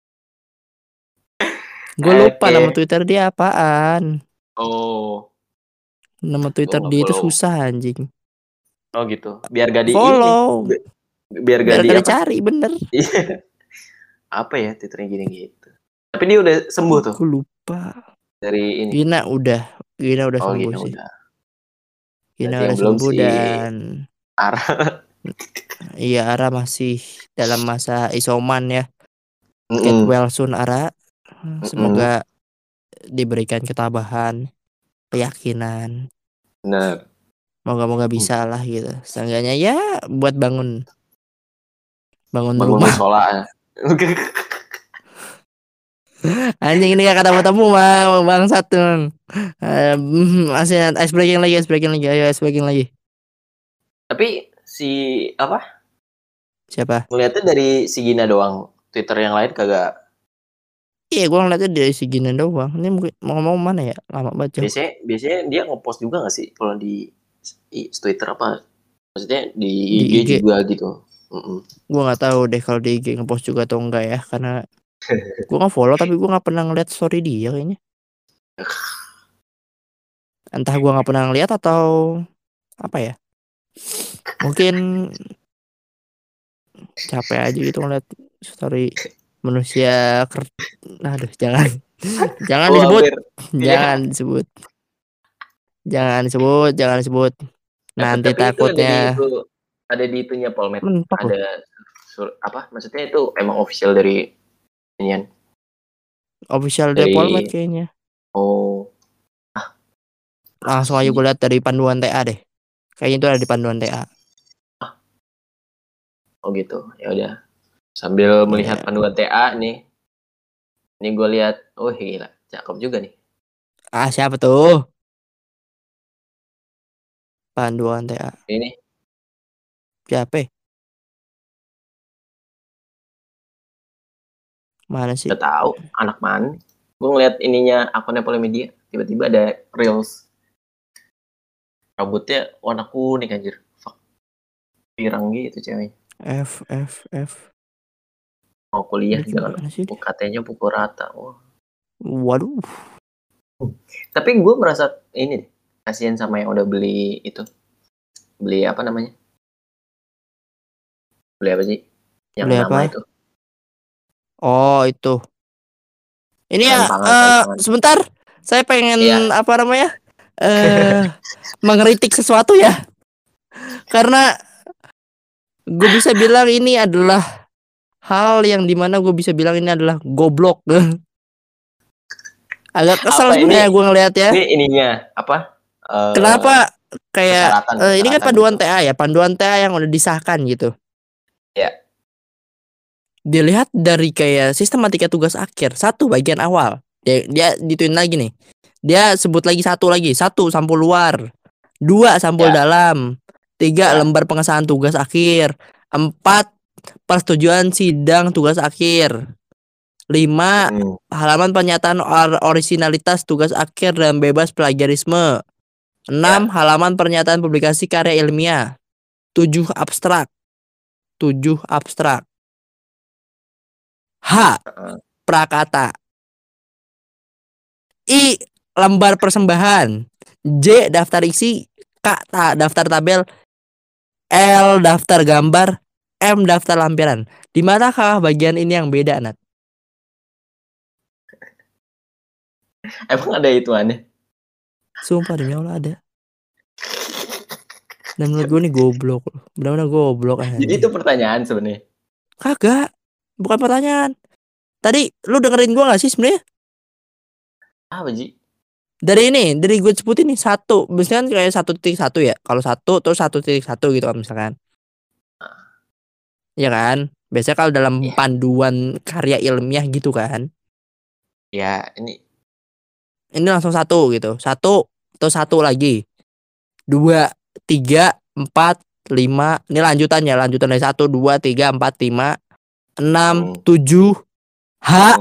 Gue lupa nama Twitter dia apaan. Oh. Nama Twitter dia itu susah anjing. Oh gitu. Biar gak di follow. Biar gak dicari bener. Apa ya Twitternya gini gitu. Tapi dia udah sembuh tuh. Gue lupa. Dari ini. Gina udah sembuh Gina sih. Udah. Gina udah sembuh si dan Ara. Iya, Ara masih dalam masa isoman ya. Get well soon Ara. Semoga diberikan ketabahan, keyakinan. Benar. Moga-moga bisa lah gitu. Seenggaknya ya buat bangun rumah. Musola. Anjing ini gak ketemu mah bangsat tuh. Masih ice breaking lagi. Ayo ice breaking lagi. Tapi si apa? Siapa? Ngeliatnya dari si Gina doang. Twitter yang lain kagak. Iya, gue ngeliatnya dari si Gina doang. Ini mau ngomong mana ya? Lama banget. Biasanya dia ngepost juga gak sih kalau di Twitter apa? Maksudnya di IG juga gitu. Gue nggak tahu deh kalau di IG ngepost juga atau enggak ya, karena gue nggak follow, tapi gue nggak pernah ngeliat story dia kayaknya. Entah gue nggak pernah ngeliat atau apa ya? Mungkin capek aja gitu ngeliat story manusia aduh jangan disebut. Jangan disebut. Nanti tapi takutnya itu ada di itunya Polmed. Ada apa? Maksudnya itu emang official dari inian. Official dari Polmed kayaknya. Oh. Langsung aja gue lihat dari panduan TA deh. Kayaknya itu ada di panduan TA. Oh gitu. Ya udah. Sambil melihat panduan TA nih. Ini gue lihat, oh gila, cakep juga nih. Siapa tuh? Panduan TA. Ini. Siapa? Mana sih? Gak tahu anak mana. Gue ngeliat ininya akunnya Polimedia. Tiba-tiba ada reels. Rambutnya warna kuning anjir. Fuck. Pirang gitu ceweknya. F. Mau kuliah jangan. UKT-nya pukul rata. Wah. Waduh. Tapi gue merasa ini deh. Kasian sama yang udah beli itu. Beli apa namanya? Beli apa sih? Yang beli nama apa? itu. Oh itu. Ini ya sebentar. Saya pengen apa namanya? Mengkritik sesuatu ya. Karena gue bisa bilang ini adalah hal yang dimana gue bisa bilang ini adalah goblok. Agak kesel sebenarnya gue ngeliat ya. Ini ininya apa? Kenapa kayak ini kan panduan gitu. TA ya, panduan TA yang udah disahkan gitu. Ya. Dilihat dari kayak sistematika tugas akhir, satu bagian awal. Dia dituin lagi nih. Dia sebut lagi satu sampul luar, 2 sampul dalam, 3 lembar pengesahan tugas akhir, 4 persetujuan sidang tugas akhir, 5 halaman pernyataan orisinalitas tugas akhir dan bebas plagiarisme, 6 halaman pernyataan publikasi karya ilmiah, 7 abstrak. H. Prakata. I. Lembar persembahan. J. Daftar isi. K. Daftar tabel. L. Daftar gambar. M. Daftar lampiran. Di manakah bagian ini yang beda, Nat? Emang ada hitungannya? Sumpah demi Allah ada. Dan menurut gue ini goblok. Benar-benar goblok. Jadi itu pertanyaan sebenarnya. Kagak. Bukan pertanyaan. Tadi lu dengerin gua nggak sih sebenarnya? Apa Ji? Dari gue sebutin nih satu, misalkan kayak 1.1 ya. Kalau 1 terus 1.1 gitu kan misalkan. Ya kan? Biasanya kalau dalam Ya. panduan karya ilmiah gitu kan. Ya, ini langsung 1 gitu. 1 terus 1 lagi. 2, 3, 4, 5. Ini lanjutan dari 1, 2, 3, 4, 5, 6, 7, H,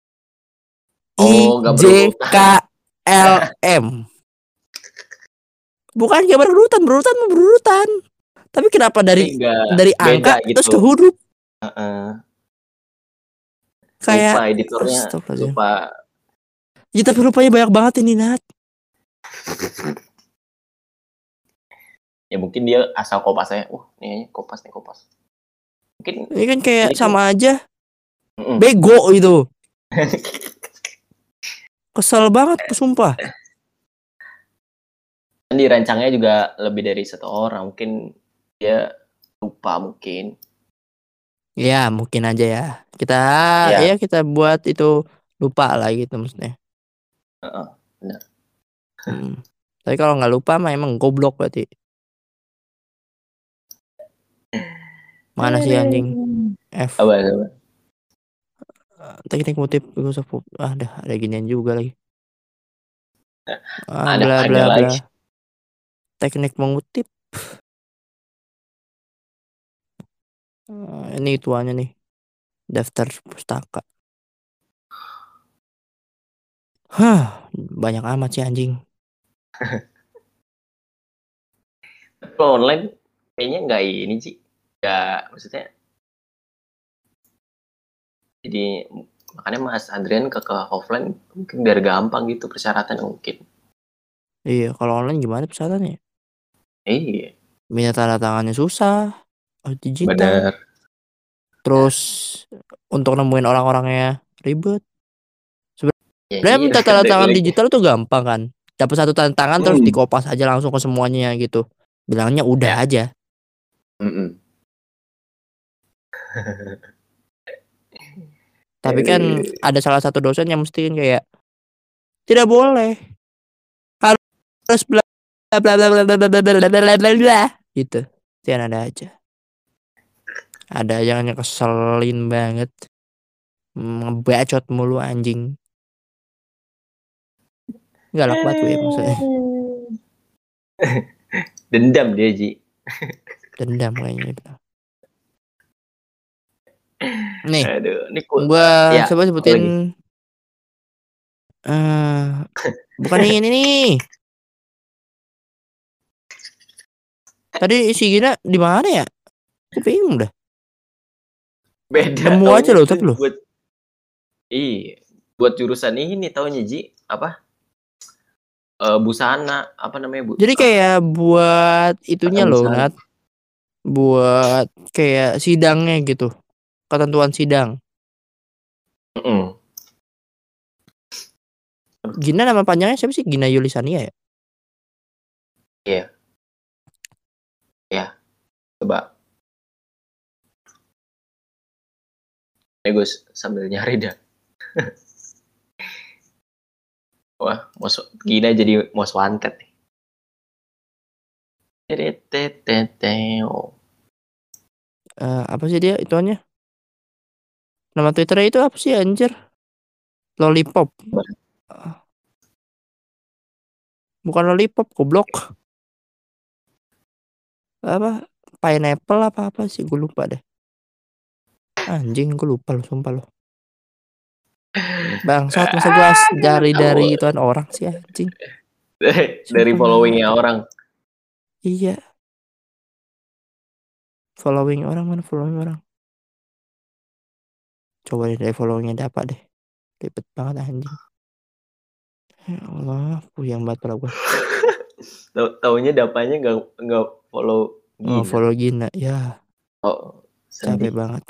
I, gak J, K, berurutan. L, M. Bukan gak berurutan. Tapi kenapa dari Beda angka terus gitu. ke huruf? Lupa Kayak editornya. Lupa. Ya tapi rupanya banyak banget ini, Nat. Ya mungkin dia asal kopas aja. Nih kopas. Mungkin ini kan kayak ini sama aja. Bego itu. Kesel banget, sumpah. Dirancangnya juga lebih dari 1 orang. Mungkin dia lupa mungkin. Ya, mungkin aja ya. Kita Ya. kita buat itu lupa lah gitu maksudnya. Benar. Tapi kalau nggak lupa mah emang goblok berarti. Mana sih anjing? F. Apa? Teknik motif ada ginian juga lagi. Ada Bla bla bla. lagi. Teknik mengutip. Ini ituannya nih. Daftar pustaka. Banyak amat sih anjing. Online kayaknya nggak ini sih. Nggak, maksudnya. Jadi makanya Mas Adrian ke offline mungkin biar gampang gitu persyaratan mungkin. Iya, kalau online gimana persyaratannya? Iya. Minta tanda tangannya susah. Digital. Bener. Terus untuk nemuin orang-orangnya ribet. Sebenarnya Iya, minta tanda tangan delik. digital tuh gampang kan. Dapat 1 tanda tangan terus dikopas aja langsung ke semuanya gitu. Bilangnya udah aja. Tapi kan ada salah satu dosen yang mesti kayak tidak boleh. Harus bla bla bla bla bla bla bla bla bla bla gitu. Jangan ada aja. Ada yang ngeselin banget. Ngebacot mulu anjing. Galak banget gue maksudnya. Dendam dia Ji. Dendam kayaknya itu. Nih. Aduh, ini Gua coba sebutin bukan ini nih. Tadi si Gina di mana ya? Aku bingung dah. Beda Nemu aja loh tapi loh. Buat jurusan ini taunya Ji, apa? Busana, apa namanya, Bu? Jadi kayak buat itunya loh, Nat. Buat kayak sidangnya gitu. Ketentuan sidang. Gina nama panjangnya siapa sih? Gina Yulisania ya? Iya. Ya. Coba. Gus sambil nyari dah. Wah, Gina jadi most wanted nih. Apa sih dia ituannya? Nama Twitternya itu apa sih anjir? Lollipop. Bukan lollipop, goblok. Apa? Pineapple apa sih? Gue lupa deh. Anjing, gue lupa loh, sumpah loh. Bangsat, masa gue dari ituan orang sih anjing. Dari followingnya orang. Iya. Following orang. Coba deh dari followingnya dapat deh. Ribet banget anjing. Ya Allah, puyeng banget pala gue. Taunya dapanya nggak follow Gina. Follow Gina, ya. Sedih. Capek banget.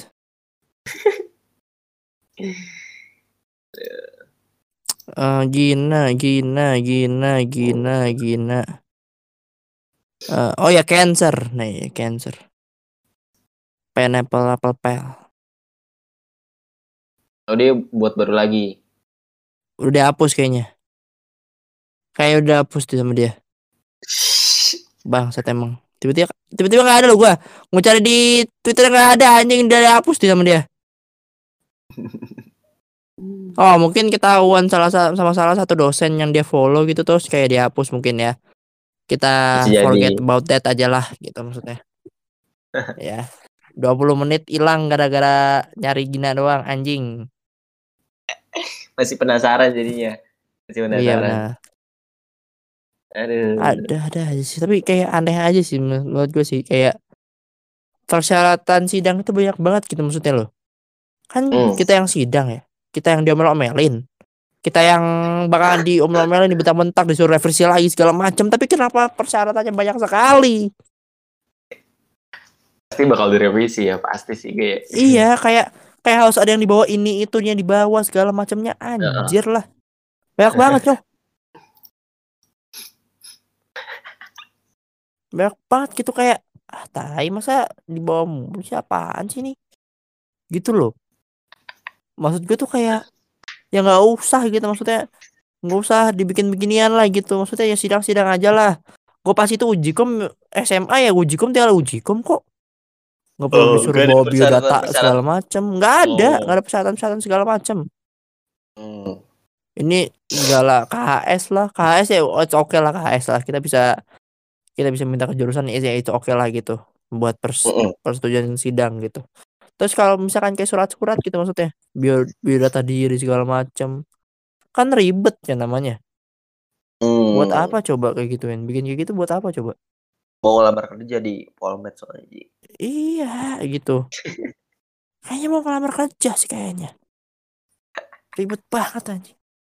Gina. Oh ya Cancer, nih Cancer. Pineapple apple pel. Oh, dia buat baru lagi. Udah hapus kayaknya. Kayak udah hapus tuh sama dia. Bangsat emang. Tiba-tiba nggak ada loh gua. Mau cari di Twitter nggak ada, anjing, udah dihapus tuh sama dia. Oh, mungkin ketahuan sama salah satu dosen yang dia follow gitu, terus kayak dihapus mungkin ya. Kita Bisa forget jadi. about that aja lah gitu maksudnya. Ya. 20 menit hilang gara-gara nyari Gina doang, anjing. Masih penasaran jadinya. Masih Iya penasaran. benar. Aduh. Ada aja sih, tapi kayak aneh aja sih menurut gue sih, kayak persyaratan sidang itu banyak banget gitu maksudnya loh. Kan kita yang sidang ya. Kita yang diomel-omelin. Kita yang bakalan diomel-omelin, dibentak-bentak, disuruh revisi lagi segala macam, tapi kenapa persyaratannya banyak sekali? Pasti bakal direvisi ya, pasti sih kayak. Iya, kayak harus ada yang dibawa ini itunya dibawa segala macamnya, anjir lah. Banyak banget, Cok. Banyak banget gitu, kayak tai, masa dibawa mulu, siapaan sih nih? Gitu loh. Maksud gue tuh kayak ya nggak usah gitu, maksudnya nggak usah dibikin beginian lah gitu, maksudnya ya sidang-sidang aja lah. Gue pas itu uji kom SMA ya, uji kom tinggal uji kom kok. Nggak perlu disuruh Gak ada bawa biodata segala persyaratan. macem, nggak ada persyaratan segala macem. Ini enggak lah, KHS lah, KHS ya oke lah, KHS lah, kita bisa minta ke jurusan ya itu oke lah gitu, buat persetujuan sidang gitu. Terus kalau misalkan kayak surat-surat gitu, maksudnya biodata diri segala macem, kan ribet ya namanya. Buat apa coba kayak gituin, bikin kayak gitu buat apa coba? Mau ngelamar kerja di Polmed soalnya. Iya gitu. Kayaknya mau ngelamar kerja sih kayaknya. Ribet banget anjing.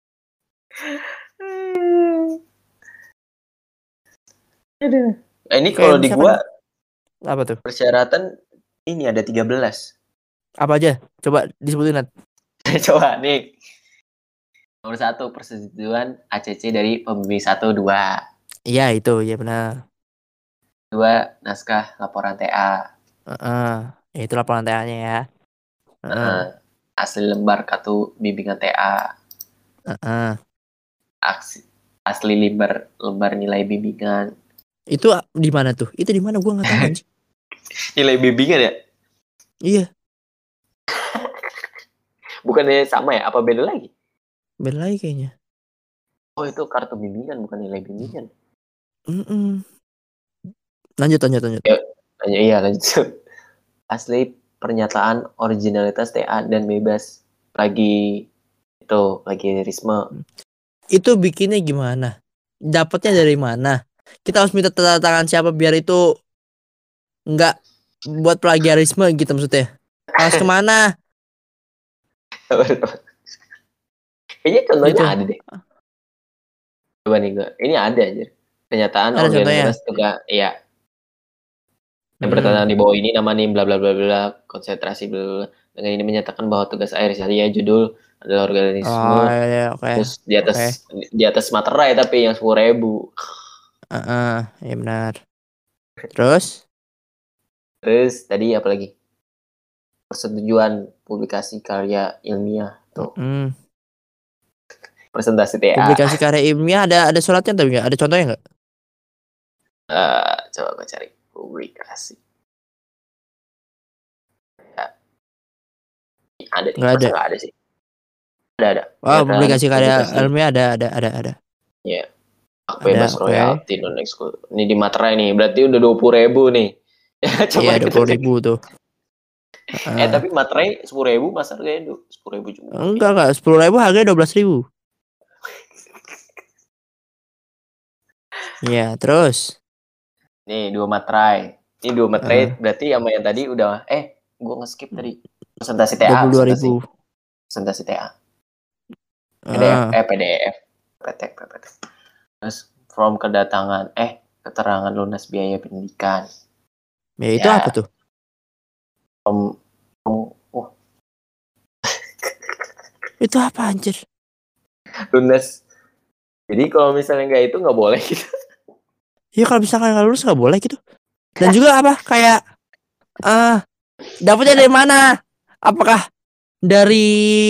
Aduh. Ini Kayak kalau di misalkan, gua apa tuh? persyaratan ini ada 13. Apa aja? Coba disebutin, Nat. Coba nih. Nomor 1, persetujuan ACC dari pembimbing 1, 2. Iya itu, ya benar. 2, naskah laporan TA. Ya itu laporan TA-nya ya. Asli lembar kartu bimbingan TA. Asli lembar nilai bimbingan. Itu di mana tuh? Itu di mana, gua nggak tahu anjing. Nilai bimbingan ya? Iya. Bukannya sama ya? Apa beda lagi? Beda lagi kayaknya. Oh, itu kartu bimbingan, bukan nilai bimbingan. Lanjut. Iya, lanjut. Asli pernyataan originalitas TA dan bebas plagiarisme. Itu bikinnya gimana? Dapatnya dari mana? Kita harus minta tanda tangan siapa biar itu nggak buat plagiarisme gitu maksudnya? Harus kemana? Kayaknya contohnya Gitu. ada deh. Coba nih gue. Ini ada aja. Pernyataan Ada organitas juga, iya. Yang bertentangan di bawah ini nama nih bla bla bla bla, konsentrasi bla bla. Dengan ini menyatakan bahwa tugas akhir saya judul adalah organisme. Okay. Terus di atas materai tapi yang 10.000. Ya benar. Terus tadi apa lagi? Persetujuan publikasi karya ilmiah tuh. Presentasi TA. Publikasi karya ilmiah ada suratnya tapi nggak? Ada contohnya nggak? Coba gue cari publikasi. Ya. Ada nih, nggak ada sih. Ada. Oh, publikasi karya ilmiah ada. Iya. Hak bebas royalti non eksklusif. Ini di materai nih, berarti udah 20.000 nih. Iya, 20.000 tuh. Tapi materai 10.000, masa harganya 10.000 juga? Enggak, 10.000 harganya 12.000. Iya, terus. Nih 2 materai. Ini 2 materai berarti sama yang tadi udah. Gue nge-skip tadi. Presentasi TA. 22.000. Presentasi TA. PDF. PPT. Terus from kedatangan keterangan lunas biaya pendidikan. Ya itu apa tuh? Itu apa anjir? Lunas. Jadi kalau misalnya nggak itu nggak boleh gitu. Iya, kalau misalkan nggak lulus nggak boleh gitu. Dan juga apa kayak dapatnya dari mana? Apakah dari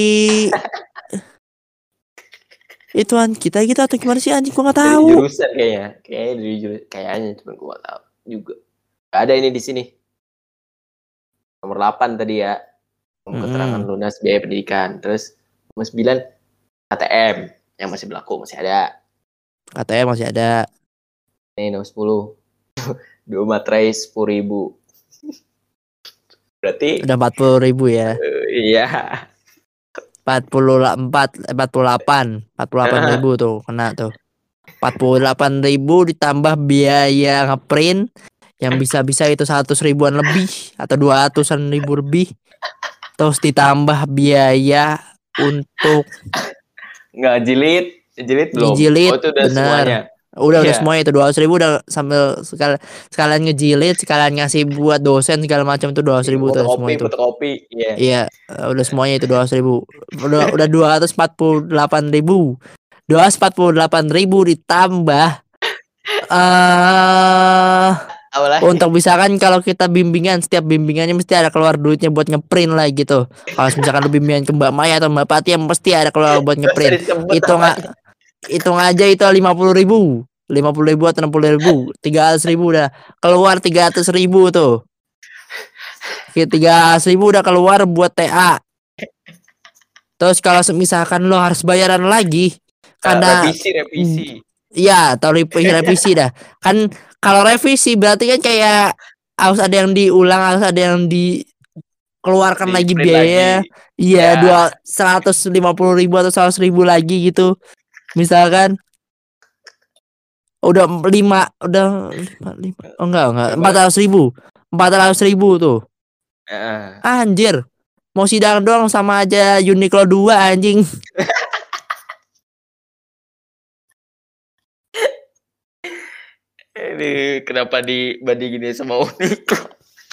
ituan kita gitu atau gimana sih anjing, gua nggak tahu. Dari jurusan kayaknya dari jurusan kayaknya, cuma gua nggak tahu juga. Gak ada ini di sini. Nomor 8 tadi ya. Keterangan lunas biaya pendidikan. Terus nomor 9 KTM yang masih berlaku, masih ada. KTM masih ada. Ini nomor 10. 2 materai 10.000. Berarti udah 40.000 ya. Iya. 48 tuh kena tuh. 48.000 ditambah biaya ngeprint yang bisa itu 100 ribuan lebih atau 200-an ribu lebih. Terus ditambah biaya untuk jilid belum. Ngejilid, itu udah bener. semuanya. Udah semuanya itu 200.000 udah sambil sekalian ngejilid, sekalian ngasih buat dosen segala macam itu 200.000 tuh semua itu. Fotokopi, Iya, udah semuanya itu 200.000. Udah 248.000. 248.000 ditambah untuk misalkan kalau kita bimbingan, setiap bimbingannya mesti ada keluar duitnya buat ngeprint lah gitu. Kalau misalkan lu bimbingan ke Mbak Maya atau Mbak Pati, mesti ada keluar buat ngeprint. Hitung aja itu 50.000. 50.000 atau 60.000, 300.000 udah keluar 300.000 tuh. 300.000 udah keluar buat TA. Terus kalau misalkan lo harus bayaran lagi karena revisi. Iya, atau revisi dah. Kan kalau revisi berarti kan kayak harus ada yang diulang, harus ada yang dikeluarkan lagi biaya. Iya, 150.000 atau 100.000 lagi gitu. Misalkan udah 5 oh enggak 400.000 tuh. Anjir, mau sidang doang sama aja Uniqlo 2 anjing. Ini kenapa dibandingin sama Uniqlo?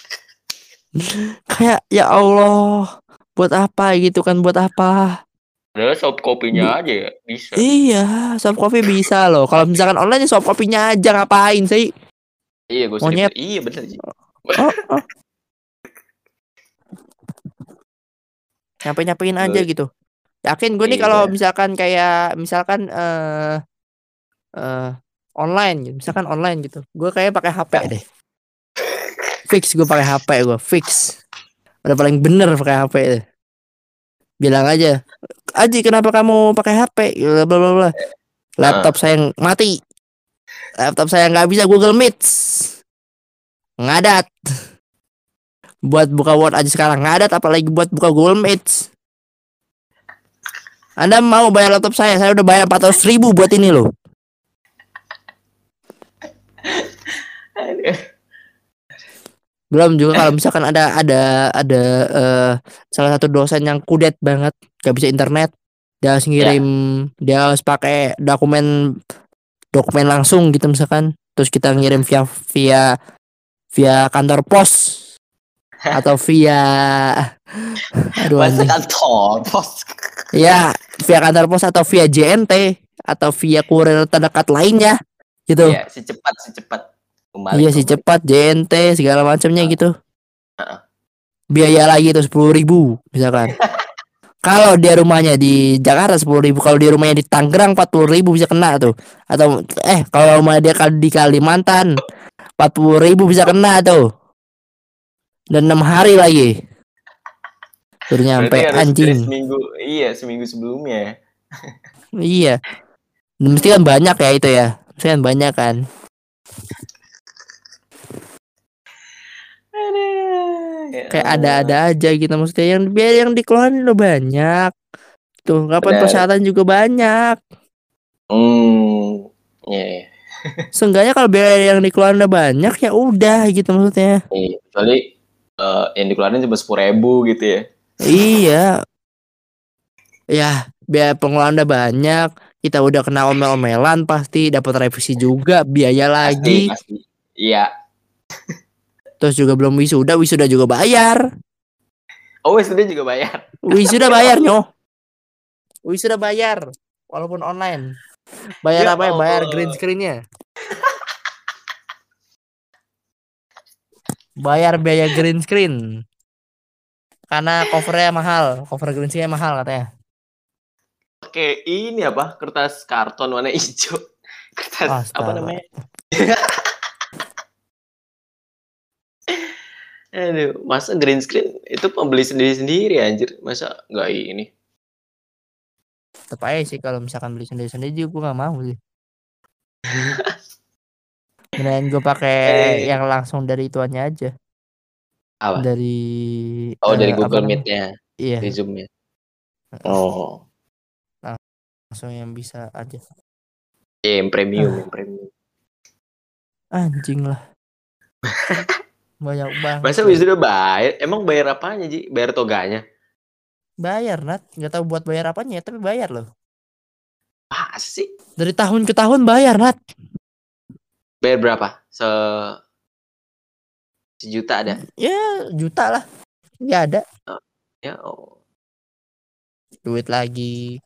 Kayak ya Allah, buat apa gitu kan, buat apa? Padahal soft copy-nya aja ya bisa. Iya, soft copy bisa loh. Kalau misalkan online soft copy-nya aja ngapain sih? Iya, gue monyet. Iya bener sih. Nyampe-nyampein aja gitu. Yakin gue nih kalau misalkan kayak online gitu. Misalkan online gitu. Gue kayak pakai HP deh. Fix gue pakai HP gue, fix. Udah paling bener pakai HP deh. Bilang aja, Aji kenapa kamu pakai HP? Bla bla bla. Laptop saya mati. Laptop saya nggak bisa Google Meet. Ngadat. Buat buka Word aja sekarang ngadat, apalagi buat buka Google Meet. Anda mau bayar laptop saya udah bayar 400.000 buat ini loh. Belum juga kalau misalkan ada salah satu dosen yang kudet banget, gak bisa internet, dia harus ngirim, dia harus pakai dokumen langsung gitu misalkan, terus kita ngirim via kantor pos atau via kantor pos. Ya, via kantor pos atau via JNT atau via kurir terdekat lainnya gitu. Iya, si cepat. Iya sih cepat, JNT segala macamnya gitu. Biaya lagi itu 10.000 misalkan. Kalau dia rumahnya di Jakarta 10.000, kalau dia rumahnya di Tangerang 40.000 bisa kena tuh. Atau kalau rumah dia di Kalimantan 40.000 bisa kena tuh. Dan 6 hari lagi. Baru nyampe anjing. Seminggu sebelumnya. Iya. Mesti kan banyak ya itu ya. Mesti kan banyak kan. Kayak ada aja gitu maksudnya, yang biaya yang dikeluarin udah banyak tuh, kapan persyaratan juga banyak. Seenggaknya kalau biaya yang dikeluarin udah banyak ya udah gitu maksudnya. Kecuali yang dikeluarin cuma 10.000 gitu ya. Iya. Ya biaya pengeluaran udah banyak, kita udah kena omel-omelan, pasti dapat revisi juga, biaya lagi. Pasti. Iya. Terus juga belum wisuda juga bayar. Oh, wisuda juga bayar. Wisuda bayar nyoh. Wisuda bayar walaupun online. Bayar apa ya? Bayar green screen-nya. Bayar biaya green screen. Karena covernya mahal, cover Greensky-nya mahal katanya. Oke, ini apa? Kertas karton warna hijau. Kertas apa namanya? Aduh, masa green screen itu pembeli sendiri-sendiri anjir. Masa nggak ini? Tetep aja sih kalau misalkan beli sendiri-sendiri juga gue nggak mau sih. Mendingan gue pakai yang langsung dari ituannya aja. Apa? Dari dari Google Meet-nya. Iya. Di Zoom-nya. Oh. Langsung yang bisa aja. Yang premium. Anjing lah. Banyak banget. Masa wisuda bayar? Emang bayar apanya, Ji? Bayar toganya? Bayar, Nat. Nggak tahu buat bayar apanya, tapi bayar loh. Ah, sih? Dari tahun ke tahun bayar, Nat. Bayar berapa? Sejuta ada? Ya, juta lah. Nggak ada. Ya, Duit lagi.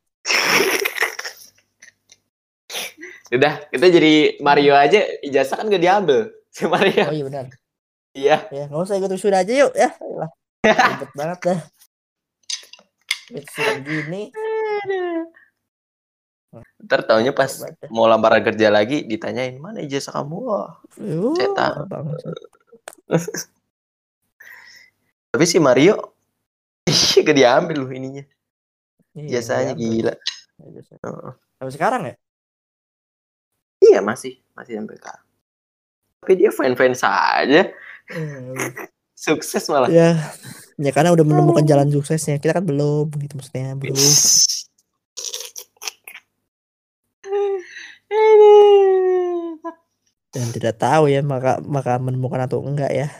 Udah, kita jadi Mario aja. Ijazah kan gak diambil. Si Mario. Oh iya benar. Iya. Ya, nggak usah ikut wisuda aja yuk ya. Ribet banget dah. Wisuda gini. Ntar taunya pas mau lamar kerja lagi ditanyain mana ijazah kamu? Wah, cetak. Tapi si Mario gak diambil loh ininya. Ijazahnya gila. Sampai sekarang ya? Iya masih sampai sekarang. Tapi dia fine saja. Sukses malah. Ya karena udah menemukan jalan suksesnya. Kita kan belum gitu maksudnya, bro. Dan tidak tahu ya maka menemukan atau enggak ya.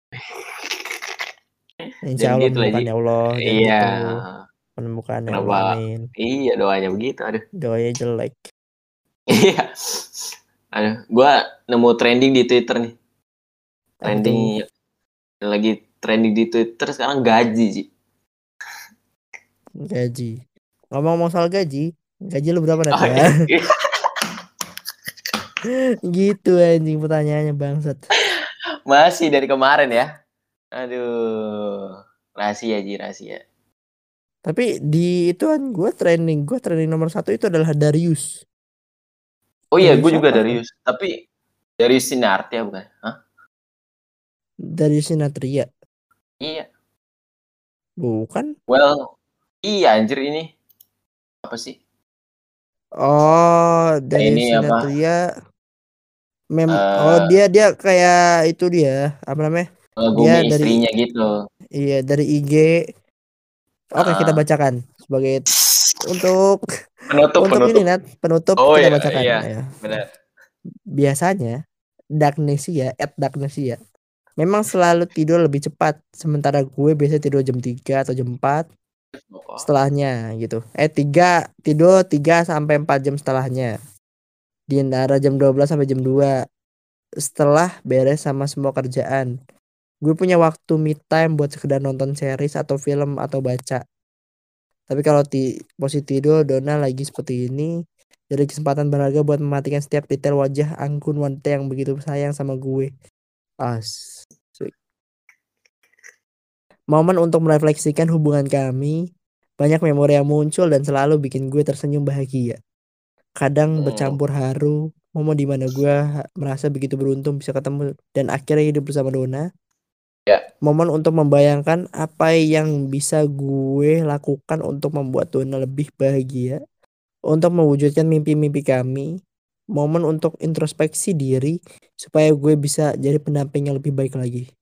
Insya Allah menemukan ya Allah. Iya. Gitu. Menemukan ya Allah, amin. Iya doanya begitu, aduh. Doanya jelek. Iya. Aduh, gue nemu trending di Twitter nih. Trending lagi trending di Twitter sekarang gaji sih. Gaji. Ngomong soal gaji lu berapa nanti ya? Gitu anjing pertanyaannya bangsat. Masih dari kemarin ya. Aduh, rahasia. Tapi di itu kan gue trending nomor 1 itu adalah Darius. Oh iya, gue juga Darius. Tapi Darius Sinathrya bukan? Hah? Darius Sinathrya. Iya. Bukan? Well, iya anjir ini. Apa sih? Oh, Darius Sinathrya. Dia kayak itu dia, apa namanya? Dia dari istrinya gitu. Iya, dari IG. Oke, kita bacakan sebagai untuk penutup kita bacakan. Iya, benar. Biasanya Dagnesia memang selalu tidur lebih cepat, sementara gue biasa tidur jam 3 atau jam 4 setelahnya gitu. 3 sampai 4 jam setelahnya. Di antara jam 12 sampai jam 2 setelah beres sama semua kerjaan. Gue punya waktu me time buat sekedar nonton series atau film atau baca. Tapi kalau posisi tidur Dona lagi seperti ini, jadi kesempatan berharga buat mematikan setiap detail wajah anggun wanita yang begitu sayang sama gue. Momen untuk merefleksikan hubungan kami, banyak memori yang muncul dan selalu bikin gue tersenyum bahagia. Kadang bercampur haru, momen di mana gue merasa begitu beruntung bisa ketemu dan akhirnya hidup bersama Dona. Momen untuk membayangkan apa yang bisa gue lakukan untuk membuat Dona lebih bahagia, untuk mewujudkan mimpi-mimpi kami. Momen untuk introspeksi diri supaya gue bisa jadi pendamping yang lebih baik lagi.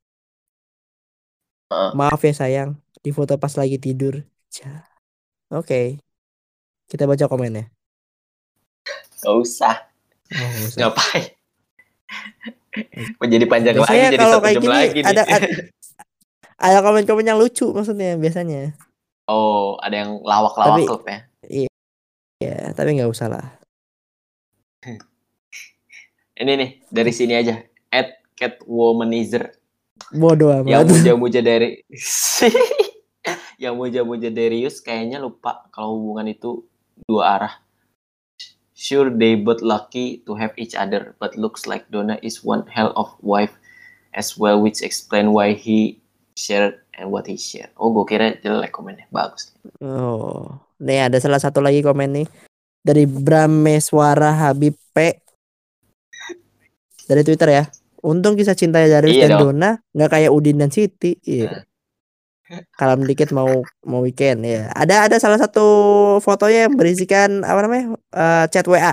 Maaf ya sayang, di foto pas lagi tidur. Oke. Kita baca komennya. Gak usah. Ngapain? Menjadi panjang biasanya lagi, jadi 1 jam lagi nih. Ada komen-komen yang lucu maksudnya biasanya. Oh, ada yang lawak-lawak ya? Iya, tapi nggak usah lah. Ini nih, dari sini aja. @catwomanizer. Bodoh amat. Yang muja-muja dari yang muja-muja Darius kayaknya lupa kalau hubungan itu 2 arah. Sure they both lucky to have each other, but looks like Donna is one hell of wife as well, which explain why he shared buat t-shirt. Oh, gue kira jelek komennya. Bagus. Oh, nih ada salah satu lagi komen nih dari Brameswara Habib P dari Twitter ya. Untung kisah cinta Darius Iya dan dong. Dona nggak kayak Udin dan Siti. Iya. Kalem dikit mau weekend ya. Ada salah satu fotonya yang berisikan apa namanya chat WA.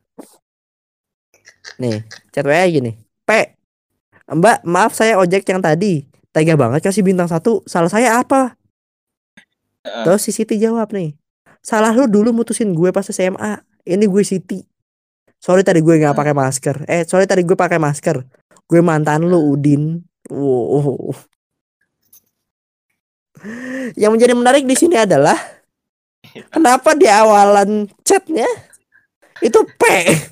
Nih chat WA gini. P, Mbak, maaf saya ojek yang tadi. Tega banget kasih bintang 1. Salah saya apa? Terus si Siti jawab nih. Salah lu dulu mutusin gue pas SMA. Ini gue Siti. Sorry tadi gue nggak pakai masker. Sorry tadi gue pakai masker. Gue mantan lu Udin. Wow. Yang menjadi menarik di sini adalah kenapa di awalan chatnya itu P.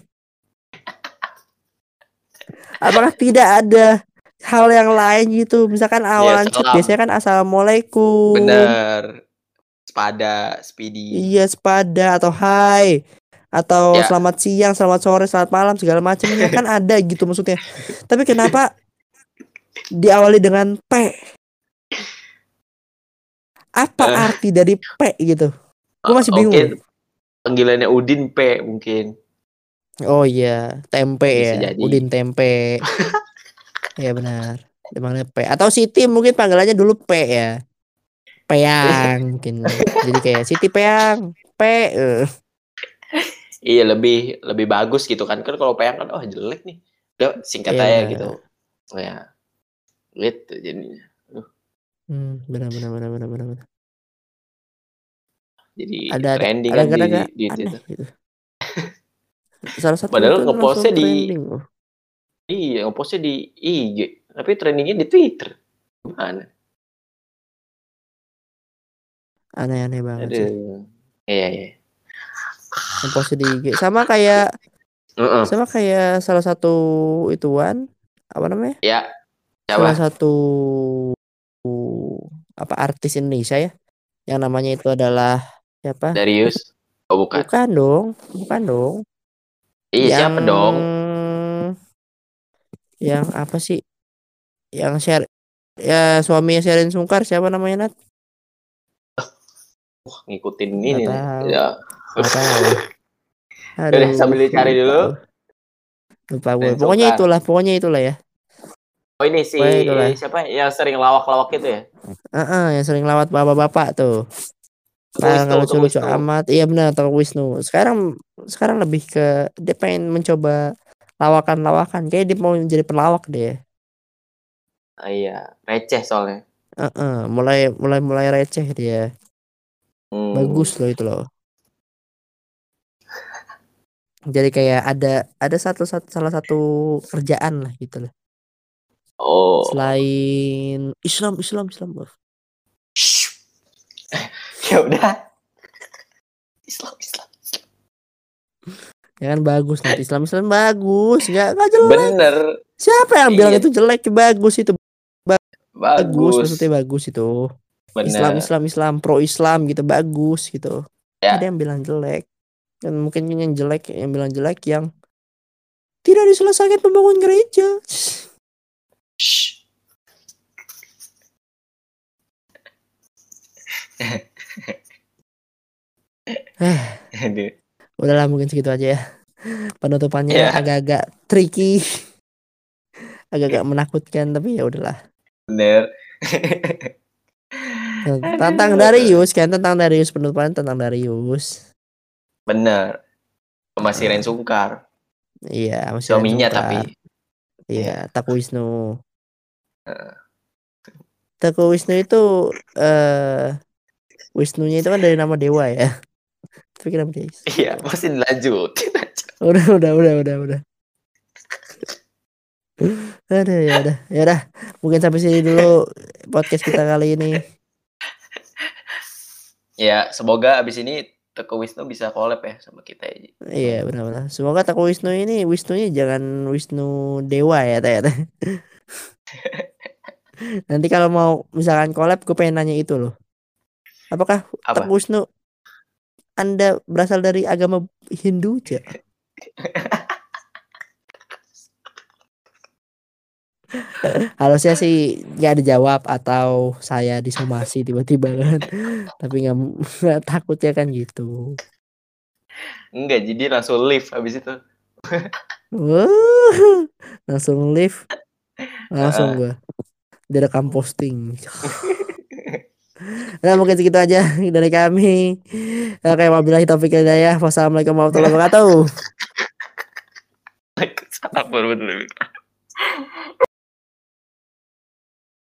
Apakah tidak ada hal yang lain gitu? Misalkan awalan chat biasanya kan assalamualaikum. Bener. Sepada, speedy. Iya, sepada atau hai atau Ya. selamat siang, selamat sore, selamat malam segala macamnya kan ada gitu maksudnya. Tapi kenapa diawali dengan P? Apa arti dari P gitu? Gue masih bingung. Mungkin panggilannya Udin P mungkin. Oh iya, tempe Bisa ya. jadi. Udin tempe. Iya benar. Dimana P atau Siti mungkin panggilannya dulu P ya. Peyang mungkin. Jadi kayak Siti Peyang, P. Iya, lebih bagus gitu kan. Kan kalau Peyang kan jelek nih. Udah singkat Iya, aja benar. gitu. Oh ya. Gitu jadinya. Benar. Jadi ada trending kan di aneh Twitter. gitu. Salah satu Padahal itu nge-postnya langsung trending. Iya, nge-postnya di IG, tapi trendingnya di Twitter. Gimana? Aneh-aneh banget sih. Iya. Nge-postnya di IG sama kayak salah satu ituan apa namanya? Ya. Salah Siapa? satu artis Indonesia ya yang namanya itu adalah siapa? Darius? Oh, bukan. Bukan dong. Iya, Yang siapa dong? Yang apa sih? Yang share ya suaminya Sherin Sungkar siapa namanya Nat? Ngikutin Nggak ini nih. tahu. Ya. Nggak tahu. Udah Aduh, sambil dicari dulu. Lupa gue. Pokoknya itulah ya. Oh, ini si siapa yang sering lawak-lawak itu ya? Yang sering lawat bapak-bapak tuh. Nggak lucu-lucu amat. Iya benar, Toko Wisnu. Sekarang lebih ke dia pengen mencoba lawakan-lawakan. Kayak dia mau menjadi pelawak deh. Iya, receh soalnya. Mulai receh dia. Bagus loh itu loh. Jadi kayak ada salah satu kerjaan lah gitu loh. Oh. Selain Islam. Ya udah. Islam. Ya kan bagus nanti Islam bagus, nggak jelek. Bener. Siapa yang bilang itu jelek? Bagus itu. Bagus maksudnya bagus itu. Bener. Islam pro Islam gitu bagus gitu. Ya. Ada yang bilang jelek. Dan mungkin yang bilang jelek yang tidak diselesaikan pembangunan gereja. Udahlah mungkin segitu aja ya. Penutupannya agak-agak tricky. Agak-agak menakutkan tapi ya udahlah. Bener. Tentang Darius penutupan tentang Darius. Bener. Masih Ren Sungkar. Iya, masih suaminya tapi. Iya, Teuku Wisnu. Teuku Wisnu itu Wisnunya itu kan dari nama dewa ya. Tapi kenapa dia? Iya, masih dilanjutin aja. Udah. Ya udah. Mungkin sampai sini dulu podcast kita kali ini. Ya, semoga abis ini Teuku Wisnu bisa collab ya sama kita aja. Iya, benar. Semoga Teuku Wisnu ini Wisnunya jangan Wisnu dewa ya, ternyata. Nanti kalau mau misalkan collab gue pengen nanya itu loh. Apakah Teuku Wisnu Anda berasal dari agama Hindu aja? Harusnya sih nggak dijawab atau saya disomasi tiba-tiba kan. Tapi nggak takutnya kan gitu. Enggak, jadi langsung live habis itu. Langsung live, langsung gua direkam posting. Nah, mungkin segitu aja dari kami. Oke, wabillahi taufiq wal hidayah. Wassalamualaikum warahmatullahi wabarakatuh. Salah, betul.